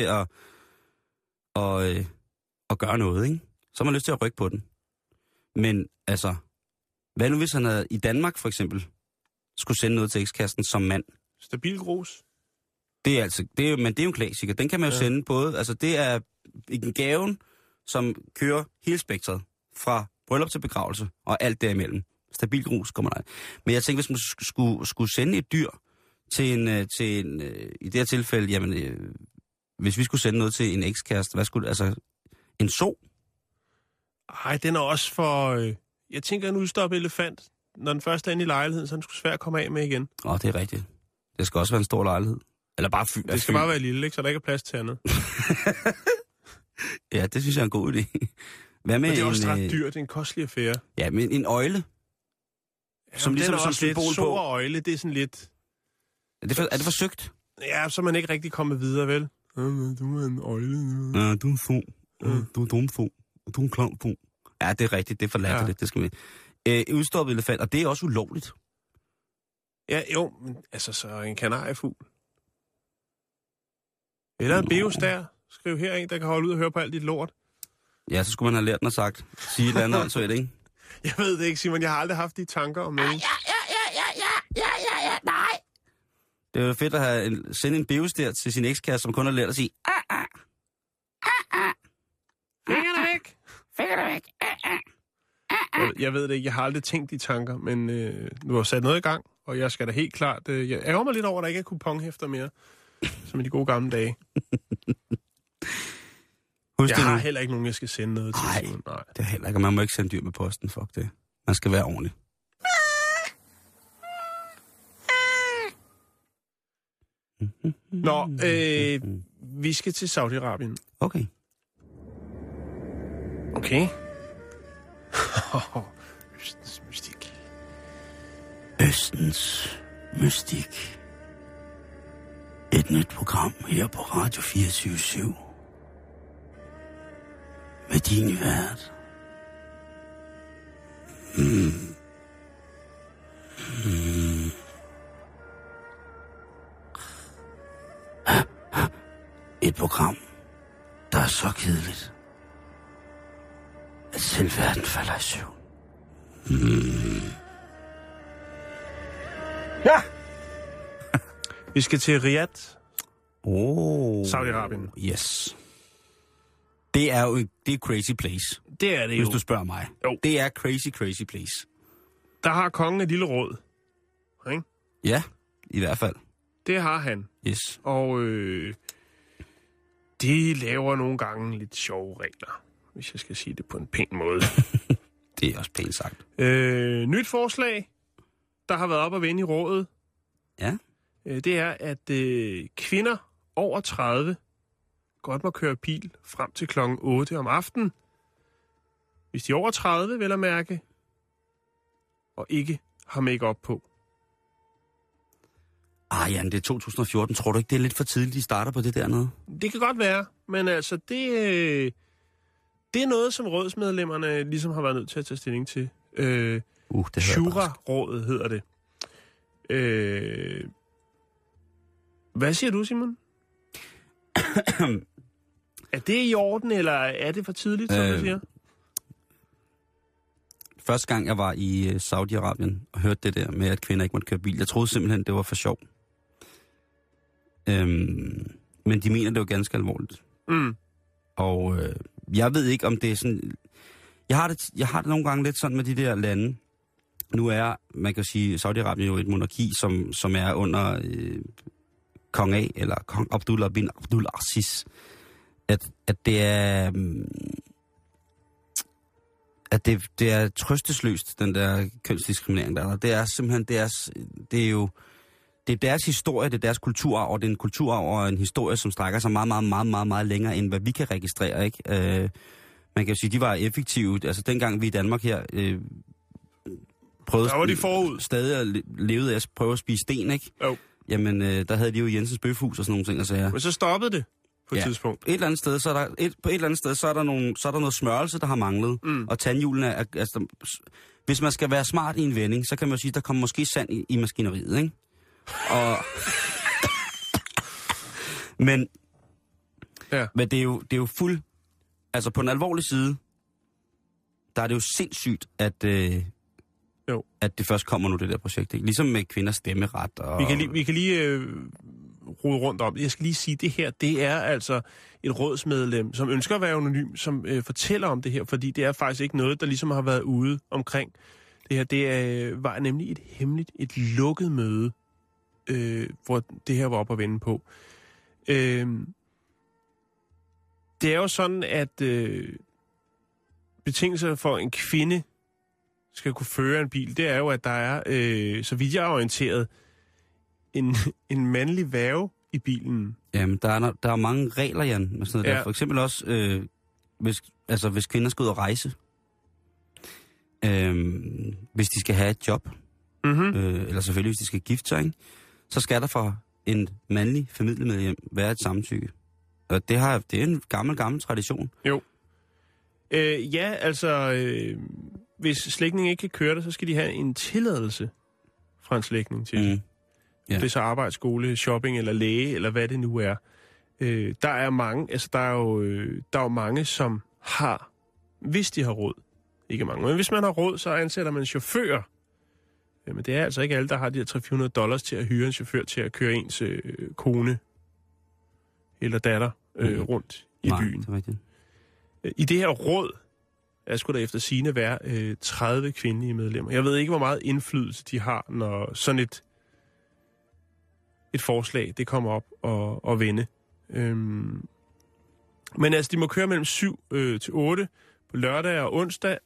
at gøre noget, ikke? Så har man lyst til at rykke på den. Men altså, hvad nu hvis han havde i Danmark for eksempel skulle sende noget til ekskasten som mand? Stabil grus. Det er altså, men det er jo en klassiker. Den kan man jo sende både, altså det er en gaven, som kører hele spektret fra bryllup til begravelse og alt derimellem. Stabil grus kommer der. Men jeg tænkte, hvis man skulle sende et dyr til en i det her tilfælde, jamen, hvis vi skulle sende noget til en ekskæreste, hvad skulle altså en so? Ej, den er også for... jeg tænker, en udstoppet elefant, når den først er inde i lejligheden, så er den sgu svært at komme af med igen. Det er rigtigt. Det skal også være en stor lejlighed. Eller bare det skal bare være lille, ikke? Så der ikke er plads til andet. Ja, det synes jeg er en god idé. Hvad med det er også ret dyrt, det er en kostelig affære. Ja, men en øgle. Ja, som ligesom som symbol på. Så og øgle, det er sådan lidt... Er det forsøgt? Ja, så man ikke rigtig kommet videre, vel? Du er en øgle. Ja, du er en fo. Du er dum fo. Du er en klam fo. Ja, det er rigtigt. Det er for latterligt. Det skal vi. Udstoppet elefant, og det er også ulovligt. Ja, jo, men altså så en kanariefugl. Eller en beostær. Skriv her en, der kan holde ud og høre på alt dit lort. Ja, så skulle man have lært den og sagt. Sige et eller andet åndssvagt, ikke? Jeg ved det ikke, Simon. Jeg har aldrig haft de tanker om noget. Ja, nej. Det er jo fedt at sende en beostær til sin ekskæreste, som kun har lært at sige, Fingrene væk! Fingrene væk. Jeg ved det ikke. Jeg har aldrig tænkt de tanker, men du har sat noget i gang, og jeg skal da helt klart... jeg ærger mig lidt over, at der ikke er kuponhæfter mere, som i de gode gamle dage. Jeg har heller ikke nogen, jeg skal sende noget til. Nej, det er heller ikke. Man må ikke sende dyr med posten. Fuck det. Man skal være ordentlig. Nå, vi skal til Saudi-Arabien. Okay. Okay. Østens mystik. Østens mystik. Et nyt program her på Radio 24/7. Med din vært. Et program, der er så kedeligt, at selv verden falder i søvn. Ja! Vi skal til Riyadh. Saudi-Arabien. Yes. Det er jo det crazy place. Det er det jo. Hvis du spørger mig. Jo. Det er crazy place. Der har kongen et lille råd. Ikke? Ja, i hvert fald. Det har han. Yes. Og de laver nogle gange lidt sjove regler, hvis jeg skal sige det på en pæn måde. Det er også pænt sagt. Nyt forslag, der har været op at vende i rådet. Ja. Det er, at kvinder over 30 godt må køre bil frem til klokken 8 om aftenen. Hvis de er over 30, vel at mærke, og ikke har make-up på. Jan, det er 2014. Tror du ikke, det er lidt for tidligt, de starter på det dernede? Det kan godt være, men altså, det er noget, som rådsmedlemmerne ligesom har været nødt til at tage stilling til. Shura-rådet hedder det. Hvad siger du, Simon? Er det i orden, eller er det for tidligt, som du siger? Første gang, jeg var i Saudi-Arabien og hørte det der med, at kvinder ikke måtte køre bil, jeg troede simpelthen, det var for sjov. Men de mener det jo ganske alvorligt. Og jeg ved ikke, om det er sådan... Jeg har det nogle gange lidt sådan med de der lande. Nu er, man kan sige, Saudi-Arabien jo et monarki, som er under kong A, eller kong Abdullah bin Abdul Aziz. At det er... At det er trøstesløst, den der kønsdiskriminering der. Det er simpelthen det er deres historie, det er deres kulturarv, og det er en kulturarv og en historie, som strækker sig meget, meget, meget, meget, meget længere, end hvad vi kan registrere, ikke? Man kan jo sige, de var effektive. Altså, dengang vi i Danmark her der var de forud. Stadig levede af at prøve at spise sten, ikke? Jo. Jamen, der havde de jo Jensens Bøfhus og sådan nogle ting, og sager. Men så stoppede det på et tidspunkt. På et eller andet sted, så er der noget smørelse, der har manglet. Og tandhjulene er... Altså, hvis man skal være smart i en vending, så kan man jo sige, der kommer måske sand i maskineriet, ikke? Og... Men det er jo fuld... Altså, på en alvorlig side, der er det jo sindssygt, at det først kommer nu, det der projekt, ikke? Ligesom med kvinders stemmeret og... Vi kan lige rode rundt om det. Jeg skal lige sige, det her, det er altså et rådsmedlem, som ønsker at være anonym, som fortæller om det her, fordi det er faktisk ikke noget, der ligesom har været ude omkring Det var nemlig et lukket møde, hvor det her var op at vende på. Det er jo sådan, at betingelser for en kvinde skal kunne føre en bil, det er jo, at der er, så vidt jeg er orienteret, en mandlig værge i bilen. Jamen, der er mange regler, Jan, med sådan noget der. For eksempel også, hvis kvinder skal ud og rejse, hvis de skal have et job, eller selvfølgelig hvis de skal gifte sig, ikke? Så skal der for en mandlig familiemedlem være et samtykke. Og det er en gammel tradition. Jo. Hvis slægtningen ikke kan køre det, så skal de have en tilladelse fra en slægtning til det. Ja. Det er så arbejdsskole, shopping eller læge, eller hvad det nu er. Der er jo mange, som har, hvis de har råd, ikke mange, men hvis man har råd, så ansætter man chauffører. Men det er altså ikke alle, der har de her $300 til at hyre en chauffør til at køre ens kone eller datter rundt i byen. Det er rigtigt. I det her råd, der skulle der efter sigende være 30 kvindelige medlemmer. Jeg ved ikke, hvor meget indflydelse de har, når sådan et forslag, det kommer op og vende. Men altså, de må køre mellem 7 til 8 på lørdag og onsdag,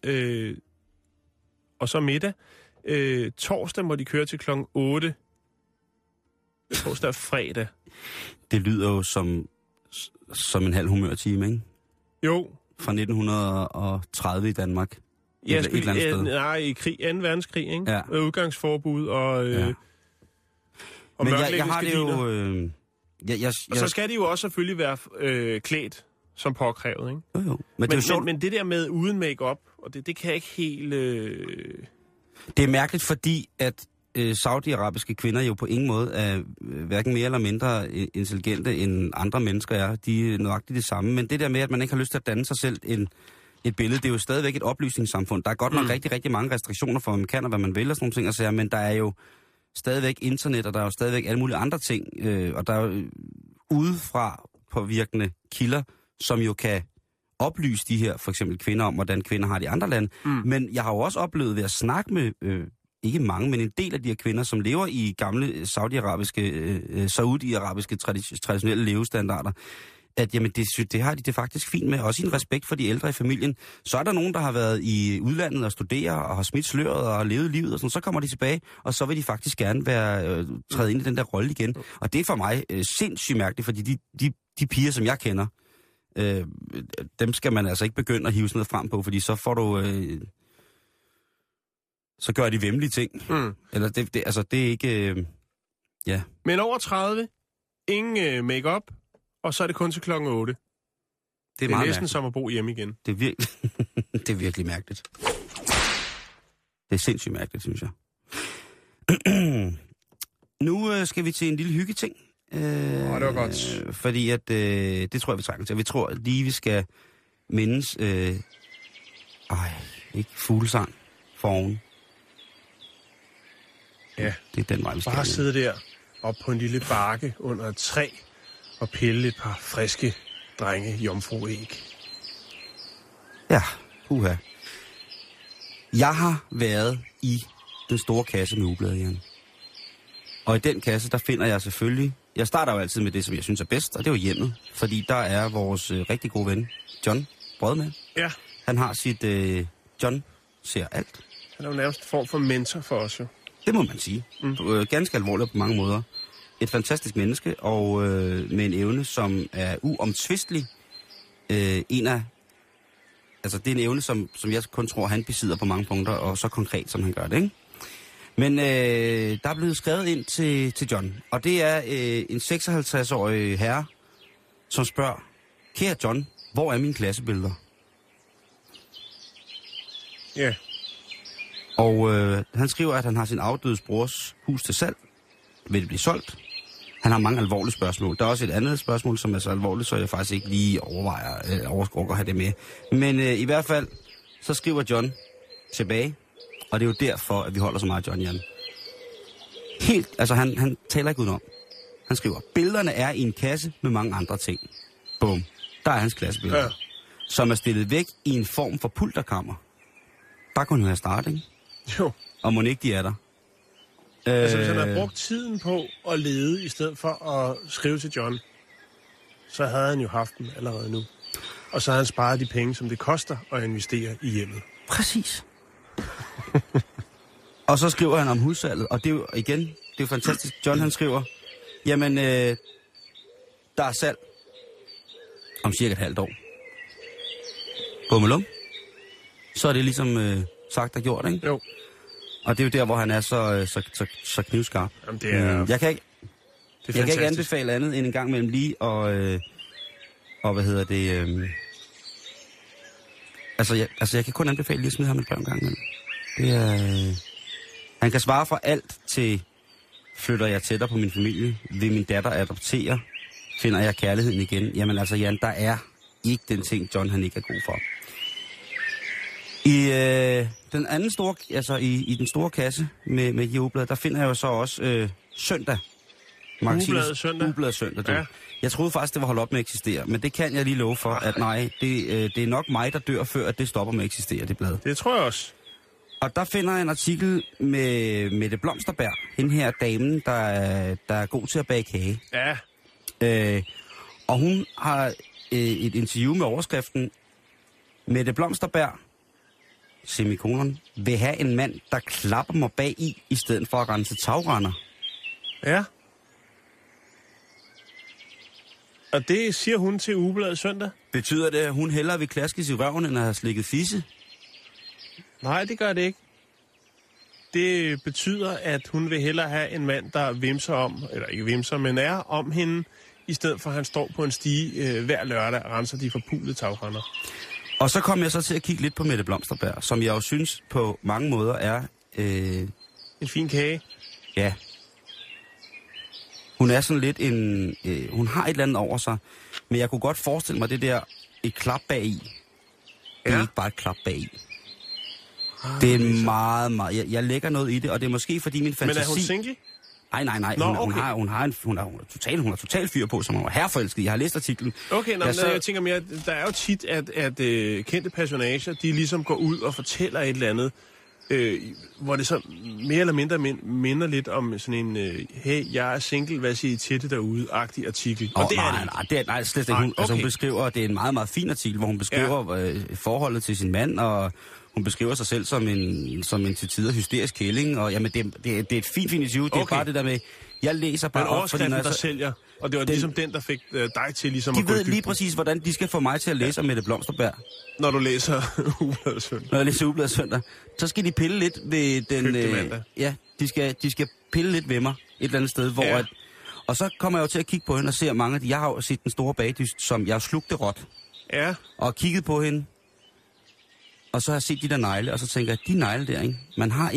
og så middag. Torsdag må de køre til klokken 8. Torsdag og fredag. Det lyder jo som en halv humørtime, ikke? Jo. Fra 1930 i Danmark. Et eller andet sted. Nej, i 2. verdenskrig, ikke? Ja. Udgangsforbud og men jeg har det jo... Og så skal de jo også selvfølgelig være klædt som påkrævet, ikke? Jo. Men det der med uden make-up, og det kan jeg ikke helt... Det er mærkeligt, fordi at saudiarabiske kvinder jo på ingen måde er hverken mere eller mindre intelligente end andre mennesker er. De er nøjagtigt det samme. Men det der med, at man ikke har lyst til at danne sig selv et billede, det er jo stadigvæk et oplysningssamfund. Der er godt nok rigtig, rigtig mange restriktioner for, hvad man kan og hvad man vil og sådan nogle ting at sige, men der er jo stadigvæk internet, og der er jo stadigvæk alle mulige andre ting, og der er jo udefra påvirkende kilder, som jo kan oplyse de her, for eksempel kvinder, om hvordan kvinder har det i andre lande. Men jeg har jo også oplevet ved at snakke med, ikke mange, men en del af de her kvinder, som lever i gamle saudiarabiske traditionelle levestandarder, at jamen, det har de det faktisk fint med, også i en respekt for de ældre i familien. Så er der nogen, der har været i udlandet og studere og har smidt sløret og levet livet, og sådan, så kommer de tilbage, og så vil de faktisk gerne træde ind i den der rolle igen. Og det er for mig sindssygt mærkeligt, fordi de piger, som jeg kender, dem skal man altså ikke begynde at hive sådan noget frem på, fordi så får du... så gør de væmmelige ting. Eller det er ikke... ja. Men over 30, ingen make-up, og så er det kun til klokken 8. Det er næsten mærkeligt. Som at bo hjemme igen. Det er virkelig mærkeligt. Det er sindssygt mærkeligt, synes jeg. Nu skal vi til en lille hyggeting. Det var godt. Fordi at, det tror jeg, vi trænger til. Vi tror lige, vi skal mindes... ikke fuglesang for oven. Ja. Det er den vej, vi skal. Bare sidde der op på en lille bakke under et træ og pille et par friske drenge jomfruæg. Ja, puha. Jeg har været i den store kasse med ugebladet, Jan. Og i den kasse, der finder jeg selvfølgelig... Jeg starter jo altid med det, som jeg synes er bedst, og det er jo hjemmet. Fordi der er vores rigtig gode ven, John Brød med. Ja. Han har sit... John ser alt. Han er jo nærmest en form for mentor for os, jo. Det må man sige. Ganske alvorligt på mange måder. Et fantastisk menneske, og med en evne, som er uomtvistelig. Altså, det er en evne, som jeg kun tror, han besidder på mange punkter, og så konkret, som han gør det, ikke? Men der er blevet skrevet ind til John, og det er en 56-årig herre, som spørger, kære John, hvor er mine klassebilleder? Ja. Yeah. Og han skriver, at han har sin afdødes brors hus til salg. Vil det blive solgt? Han har mange alvorlige spørgsmål. Der er også et andet spørgsmål, som er så alvorligt, så jeg faktisk ikke lige overgår at have det med. Men i hvert fald, så skriver John tilbage, og det er jo derfor, at vi holder så meget John, Jan. Helt, altså han taler ikke udenom. Han skriver, billederne er i en kasse med mange andre ting. Bum. Der er hans klassebilleder. Ja. Som er stillet væk i en form for pulterkammer. Der kunne han have startet, ikke? Jo. Og mon ikke de er der. Altså, hvis han havde brugt tiden på at lede, i stedet for at skrive til John, så havde han jo haft dem allerede nu. Og så havde han sparet de penge, som det koster at investere i hjemmet. Præcis. Og så skriver han om hussalget, og det er jo igen, det er jo fantastisk. John han skriver, jamen, der er salg om cirka et halvt år. Bummelum. Så er det ligesom sagt og gjort, ikke? Jo. Og det er jo der, hvor han er så knivskarp. Jamen, det er... Jeg kan ikke er anbefale andet end en gang mellem lige og hvad hedder det... jeg kan kun anbefale lige at smide ham et par gang imellem. Det er... Han kan svare for alt til, flytter jeg tættere på min familie, vil min datter adoptere, finder jeg kærligheden igen. Jamen altså Jan, der er ikke den ting, John han ikke er god for. I den anden store, altså i den store kasse med Ugebladet, der finder jeg jo så også Søndag. Ugebladet Søndag. Ja. Jeg troede faktisk, det var holdt op med at eksistere, men det kan jeg lige love for, at nej, det er nok mig, der dør, før at det stopper med at eksistere, det blad. Det tror jeg også. Og der finder jeg en artikel med Mette Blomsterberg, hende her damen, der er god til at bage kage. Ja. Og hun har et interview med overskriften, Mette Blomsterberg, semikolon, vil have en mand, der klapper mig bag i stedet for at rense tagrender. Ja. Og det siger hun til Ugebladet Søndag? Betyder det, at hun hellere vil klaskes i røven, end at have slikket fisse? Nej, det gør det ikke. Det betyder, at hun vil hellere have en mand, der vimser om, eller ikke vimser, men er om hende, i stedet for at han står på en stige hver lørdag og renser de forpulede tagrender. Og så kom jeg så til at kigge lidt på Mette Blomsterberg, som jeg jo synes på mange måder er... En fin kage. Ja. Hun er sådan lidt en... hun har et eller andet over sig, men jeg kunne godt forestille mig det der et klap bag i. Det er ikke bare et klap bag i. Det er meget, meget... Jeg lægger noget i det, og det er måske fordi min fantasi... Men er hun single? Nej. Nå, Hun er totalt fyr på, som hun er herforelsket. Jeg har læst artiklen. Okay, jeg tænker mere, der er jo tit, at kendte personager, de ligesom går ud og fortæller et eller andet, hvor det så mere eller mindre minder lidt om sådan en, hey, jeg er single, hvad siger I til det derude-agtig artikel. Og Nej, slet ikke. Hun beskriver, det er en meget, meget fin artikel, hvor hun beskriver forholdet til sin mand, og hun beskriver sig selv som en til tider hysterisk kælling, og jamen, det er et fint interview. Det er bare det der med, jeg læser bare op, overskriften, der sælger, og det var ligesom den, der fik dig til ligesom de at gå ved lige præcis, hvordan de skal få mig til at læse om Mette Blomsterberg. Når du læser Ugebladet Søndag. Når jeg læser Ugebladet Søndag, så skal de pille lidt ved den... ja, de skal pille lidt ved mig et eller andet sted, hvor... Og så kommer jeg jo til at kigge på hende og ser mange af de... Jeg har jo set Den Store Bagdyst, som jeg slugte råt. Ja. Og kigget på hende. Og så har jeg set de der negle, og så tænker jeg, de negle der, ikke? Man er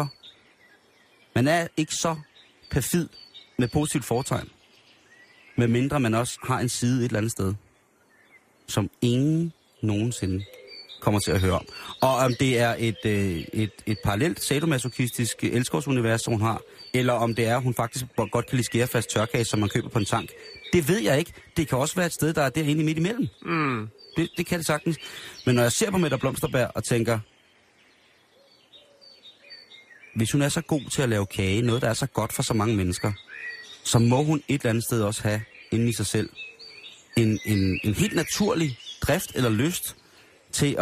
ikke så perfid med positivt fortegn. Med mindre man også har en side et eller andet sted, som ingen nogensinde kommer til at høre om. Og om det er et parallelt sadomasochistisk elskovsunivers, som hun har, eller om det er, hun faktisk godt kan lide skærefast tørkage, som man køber på en tank, det ved jeg ikke. Det kan også være et sted, der er derinde midt imellem. Mm. Det kan det sagtens. Men når jeg ser på Mette Blomsterberg og tænker, hvis hun er så god til at lave kage, noget der er så godt for så mange mennesker, så må hun et eller andet sted også have inde i sig selv en helt naturlig drift eller lyst til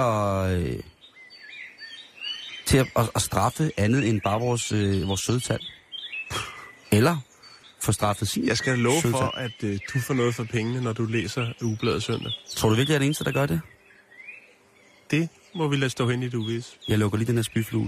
at straffe andet end bare vores sødetand. Eller få straffet sin. Jeg skal love sødetand. for, at du får noget for pengene, når du læser Ugebladet Søndag. Tror du virkelig, at det er den eneste, der gør det? Det må vi lade stå hen i det uvis. Jeg lukker lige den her spyflue ud.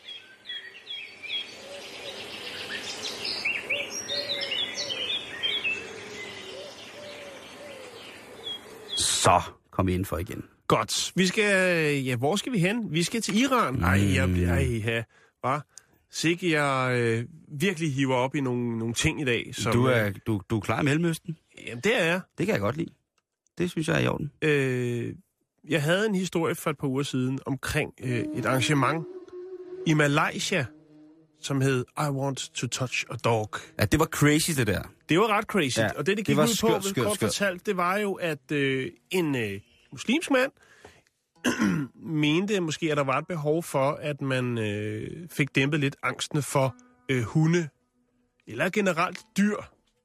Så kom vi ind for igen. Godt. Vi skal... Ja, hvor skal vi hen? Vi skal til Iran. Hvad? Sikke jeg virkelig hiver op i nogle ting i dag. Som, du er klar i Mellemøsten? Jamen, det er jeg. Det kan jeg godt lide. Det synes jeg er i orden. Jeg havde en historie for et par uger siden omkring et arrangement i Malaysia, som hed I Want to Touch a Dog. Ja, det var crazy, det der. Det var ret crazy. Ja, og det gik ud på, skørt. fortalt, det var jo, at en muslimsk mand mente måske, at der var et behov for, at man fik dæmpet lidt angsten for hunde, eller generelt dyr.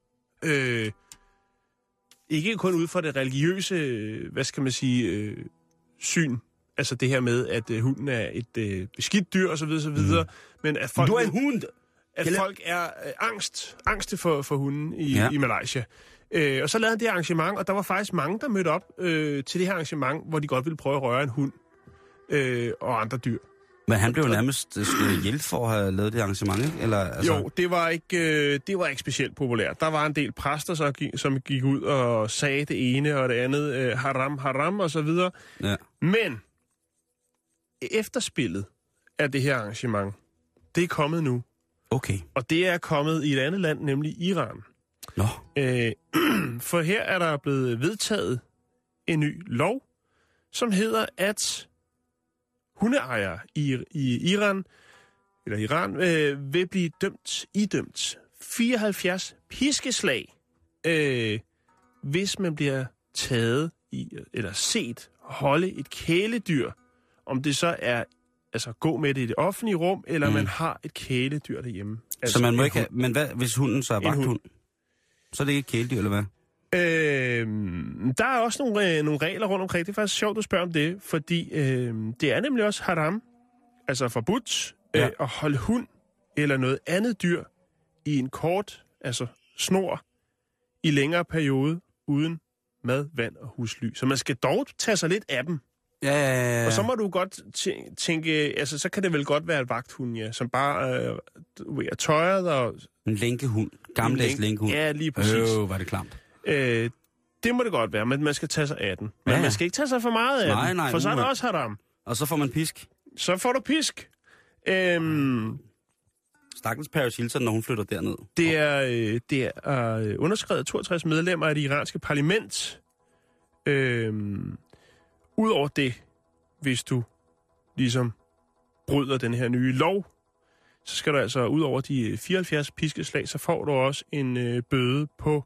Ikke kun ud fra det religiøse, hvad skal man sige, syn. Altså det her med, at hunden er et beskidt dyr, osv. Men at folk... Du er en hund! At folk er angste for hunden i Malaysia. Og så lavede han det arrangement, og der var faktisk mange, der mødte op til det her arrangement, hvor de godt ville prøve at røre en hund og andre dyr. Men han blev nærmest slået ihjel for at have lavet det arrangement, ikke? Eller, altså... Jo, det var ikke specielt populært. Der var en del præster, som gik ud og sagde det ene og det andet, haram og så videre. Ja. Men efterspillet af det her arrangement, det er kommet nu. Okay. Og det er kommet i et andet land, nemlig Iran. Nå. For her er der blevet vedtaget en ny lov, som hedder, at hundeejere i Iran vil blive idømt 74 piskeslag, hvis man bliver taget i, eller set holde et kæledyr, om det så er altså gå med det i det offentlige rum, eller man har et kæledyr derhjemme. Altså, så man må ikke have, men hvad, hvis hunden så er vagthund? Så er det ikke et kæledyr, eller hvad? Der er også nogle regler rundt omkring. Det er faktisk sjovt, du spørger om det, fordi det er nemlig også haram, altså forbudt, at holde hund eller noget andet dyr i en kort, altså snor, i længere periode, uden mad, vand og husly. Så man skal dog tage sig lidt af dem. Ja. Og så må du godt tænke, altså så kan det vel godt være et vagthund, ja, som bare er tøjet og... En lænkehund. Gammeldags lænkehund. Ja, lige præcis. Var det klamt. Det må det godt være, men man skal tage sig af den. Men man skal ikke tage sig for meget af den, for så er der også haram. Og så får man pisk. Så får du pisk. Stakkels Paris Hilton, når hun flytter derned. Det er underskrevet 62 medlemmer af det iranske parlament. Udover det, hvis du ligesom bryder den her nye lov, så skal du altså ud over de 74 piskeslag, så får du også en bøde på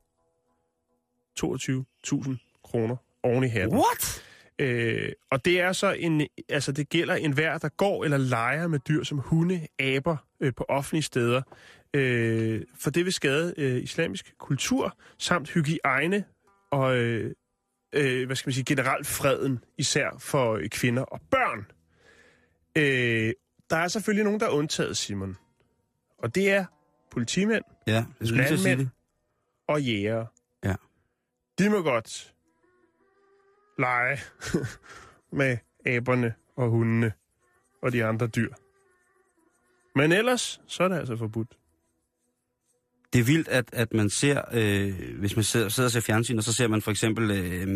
22.000 kroner oven i hatten. What? Og det er så det gælder enhver, der går eller leger med dyr som hunde, aber på offentlige steder. For det vil skade islamisk kultur samt hygiejne og generelt freden, især for kvinder og børn. Der er selvfølgelig nogen, der er undtaget, Simon. Og det er politimænd, landmænd og jægere. Ja. De må godt lege med aberne og hundene og de andre dyr. Men ellers, så er det altså forbudt. Det er vildt, at man ser, hvis man sidder og ser fjernsyn, og så ser man for eksempel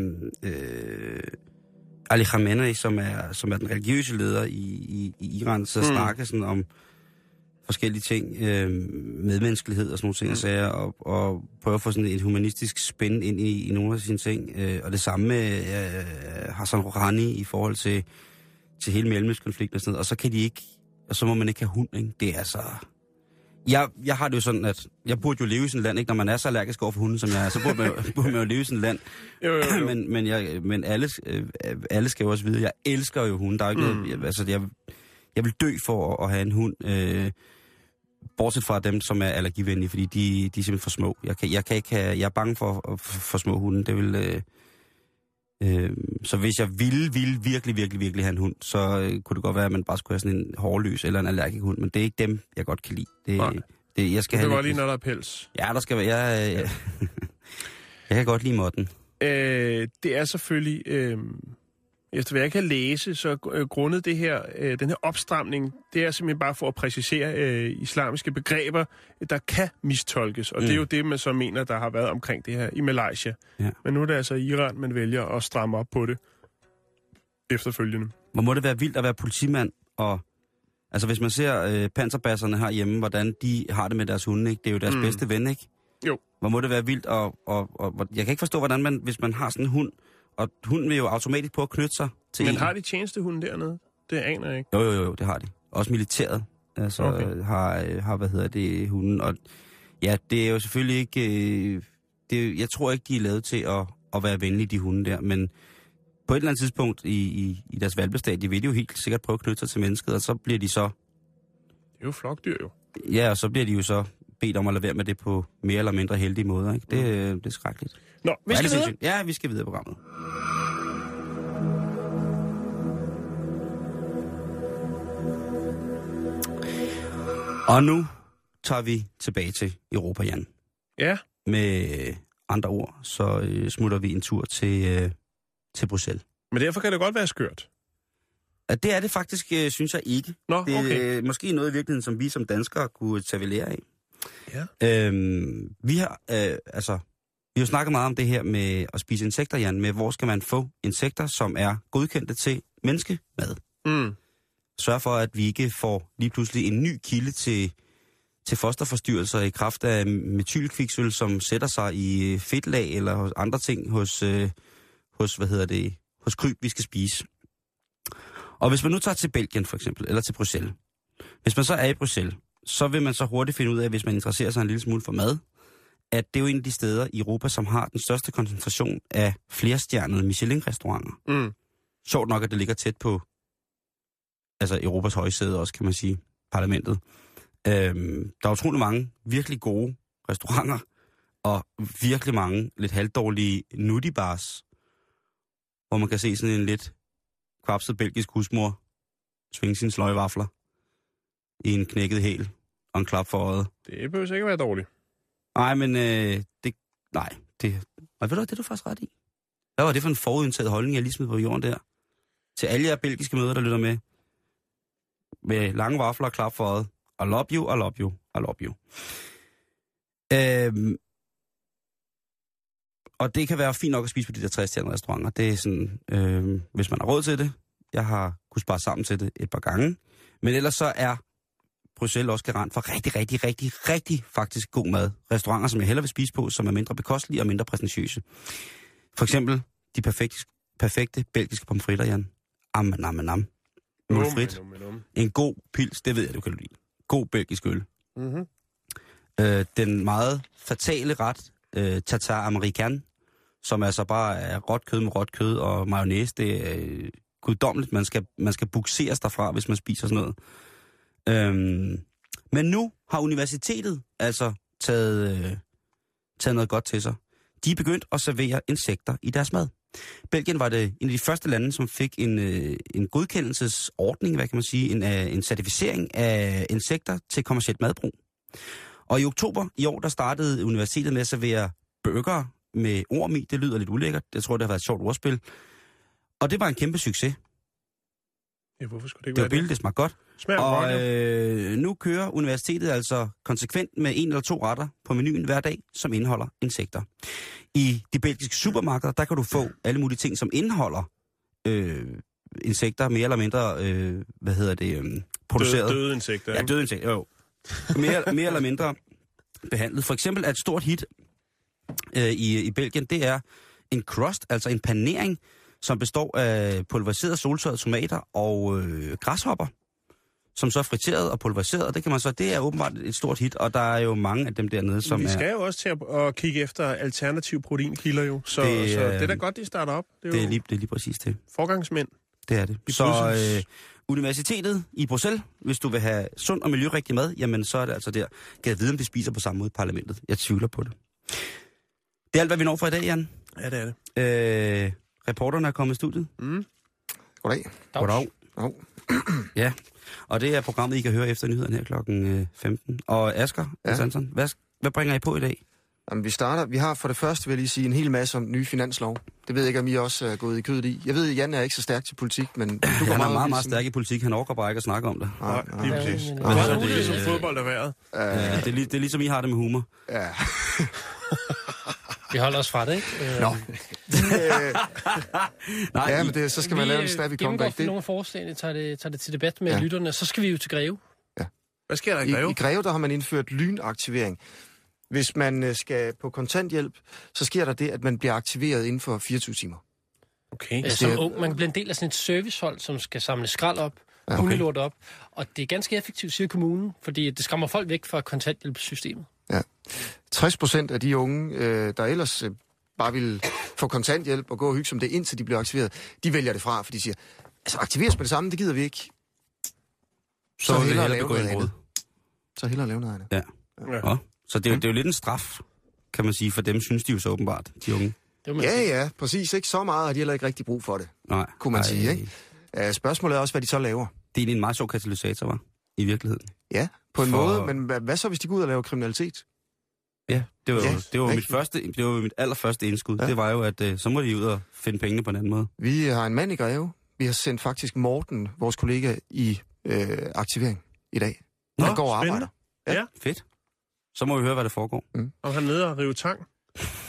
Ali Khamenei, som er den religiøse leder i Iran, så snakker sådan om forskellige ting, medmenneskelighed og sådan nogle ting, og prøver at få sådan et humanistisk spænd ind i nogle af sine ting. Og det samme med Hassan Rouhani i forhold til hele Mellemøstkonflikten og sådan noget. Og så kan de ikke, og så må man ikke have hund, ikke? Det er så... Jeg har det jo sådan, at jeg burde jo leve i sådan et land, ikke? Når man er så allergisk over for hunden, som jeg er, så burde man jo leve i sådan et land. Jo. Men alle skal jo også vide, jeg elsker jo hunde. Der er ikke noget, jeg vil dø for at have en hund, bortset fra dem, som er allergivenlige, fordi de er simpelthen for små. Jeg er bange for små hunde. Det vil... Så hvis jeg ville virkelig have en hund, så kunne det godt være, at man bare skulle have sådan en hårløs eller en allergisk hund, men det er ikke dem, jeg godt kan lide. Jeg skal det var lige, når der er pels. Ja, der skal være... Jeg kan godt lide måtten. Det er selvfølgelig... Efter hvad jeg kan læse, så grundet det her, den her opstramning, det er simpelthen bare for at præcisere islamiske begreber, der kan mistolkes. Og det er jo det, man så mener, der har været omkring det her i Malaysia. Ja. Men nu er det altså Iran, man vælger at stramme op på det efterfølgende. Hvor må det være vildt at være politimand og... Altså hvis man ser panserbasserne herhjemme, hvordan de har det med deres hunde, ikke? Det er jo deres bedste ven, ikke? Jo. Hvor må det være vildt og jeg kan ikke forstå, hvordan man, hvis man har sådan en hund, og hunden vil jo automatisk på at knytte sig til... Men har de tjenestehunde dernede? Det aner jeg ikke. Jo, det har de. Også militæret. Altså har hunden. Og ja, det er jo selvfølgelig ikke... jeg tror ikke, de er lavet til at være venlige, de hunde der, men på et eller andet tidspunkt i deres valgbestad, vil de jo helt sikkert prøve at knytte sig til mennesket, og så bliver de så... Det er jo flokdyr jo. Ja, og så bliver de jo så bedt om at lade være med det på mere eller mindre heldige måder, ikke? Det er skrækkeligt. Nå, vi skal videre. Ja, vi skal videre på programmet. Og nu tager vi tilbage til Europa, Jan. Ja. Med andre ord, så smutter vi en tur til Bruxelles. Men derfor kan det godt være skørt. Det er det faktisk, synes jeg ikke. Nå, det er okay. Måske noget i virkeligheden, som vi som danskere kunne tage ved lære af. Ja. Vi har jo snakket meget om det her med at spise insekter, Jan, med hvor skal man få insekter, som er godkendte til menneskemad. Mm. Sørg for, at vi ikke får lige pludselig en ny kilde til fosterforstyrrelser i kraft af metylkviksøl, som sætter sig i fedtlag eller hos andre ting hos kryb, vi skal spise. Og hvis man nu tager til Belgien for eksempel, eller til Bruxelles. Hvis man så er i Bruxelles, så vil man så hurtigt finde ud af, hvis man interesserer sig en lille smule for mad, at det er jo en af de steder i Europa, som har den største koncentration af flerstjernede Michelin-restauranter. Mm. Sjovt nok, at det ligger tæt på Europas højsæde også, kan man sige, parlamentet. Der er utrolig mange virkelig gode restauranter, og virkelig mange lidt halvdårlige nudibars, hvor man kan se sådan en lidt kvapset belgisk husmor svinge sine sløjvafler i en knækket hæl og en klap for øjet. Det behøver sikkert være dårligt. Nej, men ved du, det er du faktisk ret i. Hvad var det for en forudindtaget holdning, jeg lige smed på jorden der? Til alle jer belgiske møder, der lytter med. Med lange vafler og klap for øjet. I love you, I love you, I love you. Og det kan være fint nok at spise på de der 60-stjernede restauranter. Det er sådan, hvis man har råd til det. Jeg har kunnet spare sammen til det et par gange. Men ellers så er Bruxelles også garant for rigtig faktisk god mad. Restauranter, som jeg hellere vil spise på, som er mindre bekostelige og mindre præsentøse. For eksempel de perfekte belgiske pomfritter, Jan. Am. Mulfrit. En god pils, det ved jeg, du kan lide. God belgisk øl. Mm-hmm. Den meget fatale ret, tartare americain, som altså bare er råt kød med råt kød og mayonnaise. Det er guddommeligt. Man skal bukseres derfra, hvis man spiser sådan noget. Men nu har universitetet altså taget noget godt til sig. De er begyndt at servere insekter i deres mad. Belgien var det en af de første lande, som fik en godkendelsesordning, hvad kan man sige, en certificering af insekter til kommercielt madbrug. Og i oktober i år, der startede universitetet med at servere burger med orm i. Det lyder lidt ulækkert. Jeg tror, det har været et sjovt ordspil. Og det var en kæmpe succes. Ja, hvorfor skulle det ikke det være var billigt, det smagte godt. Smager og nu kører universitetet altså konsekvent med 1 eller 2 retter på menuen hver dag, som indeholder insekter. I de belgiske supermarkeder, der kan du få alle mulige ting, som indeholder insekter, mere eller mindre, produceret. Døde insekter. Ja, døde insekter, jo. Mere eller mindre behandlet. For eksempel er et stort hit i Belgien, det er en crust, altså en panering, som består af pulveriserede soltørrede tomater og græshopper, som så er friteret og pulveriseret. Det er åbenbart et stort hit, og der er jo mange af dem dernede, som vi skal jo også til at kigge efter alternative proteinkilder jo, så det er da godt, de starter op. Det er lige præcis det. Forgangsmænd. Det er det. Så universitetet i Bruxelles, hvis du vil have sund og miljørigtig mad, jamen så er det altså der. Kan jeg vide, om det spiser på samme måde i parlamentet? Jeg tvivler på det. Det er alt, hvad vi når for i dag, Jan. Ja, det er det. Reporterne er kommet i studiet. Mm. Goddag. Goddag. Ja, og det er programmet, I kan høre efter nyhederne her klokken 15. Og Asger, Sanson, hvad bringer I på i dag? Jamen, vi har for det første, vil jeg lige sige, en hel masse om nye finanslov. Det ved jeg ikke, om I også er gået i kødet i. Jeg ved, at Jan er ikke så stærk til politik, men du han er meget stærk i politik. Han overgår bare ikke at snakke om det. Nej, lige præcis. Det er ligesom fodbold er været. Det er ligesom I har det med humor. Ja. Vi holder os fra det, ikke? Nå. Nej, ja, men så skal man lave en snappy comeback. Vi nogle forslag, tager det til debat med lytterne, så skal vi jo til Greve. Ja. Hvad sker der i Greve? I Greve, der har man indført lynaktivering. Hvis man skal på kontanthjælp, så sker der det, at man bliver aktiveret inden for 24 timer. Okay. Som ung, man bliver en del af sådan et servicehold, som skal samle skrald op, hundelort op. Og det er ganske effektivt, siger kommunen, fordi det skræmmer folk væk fra kontanthjælpssystemet. Ja. 60% af de unge, der ellers bare ville få kontanthjælp og gå og hygge som det, indtil de bliver aktiveret, de vælger det fra, for de siger, altså aktiveres med det samme, det gider vi ikke. Så hellere lave noget andet. Så hellere lave noget andet. Ja. Så det er jo lidt en straf, kan man sige, for dem, synes de jo så åbenbart, de unge. Ja, præcis. Ikke så meget har de heller ikke rigtig brug for det, kunne man sige. Ikke? Spørgsmålet er også, hvad de så laver. Det er egentlig en meget sjov katalysator, var i virkeligheden. Ja, på en måde, men hvad så, hvis de går ud og laver kriminalitet? Ja, det var mit allerførste indskud. Ja. Det var jo, at så må de ud og finde pengene på en anden måde. Vi har en mand i Greve. Vi har sendt faktisk Morten, vores kollega, i aktivering i dag. Han går og arbejder. Ja, fedt. Så må vi høre, hvad der foregår. Og han er nede og rive tang.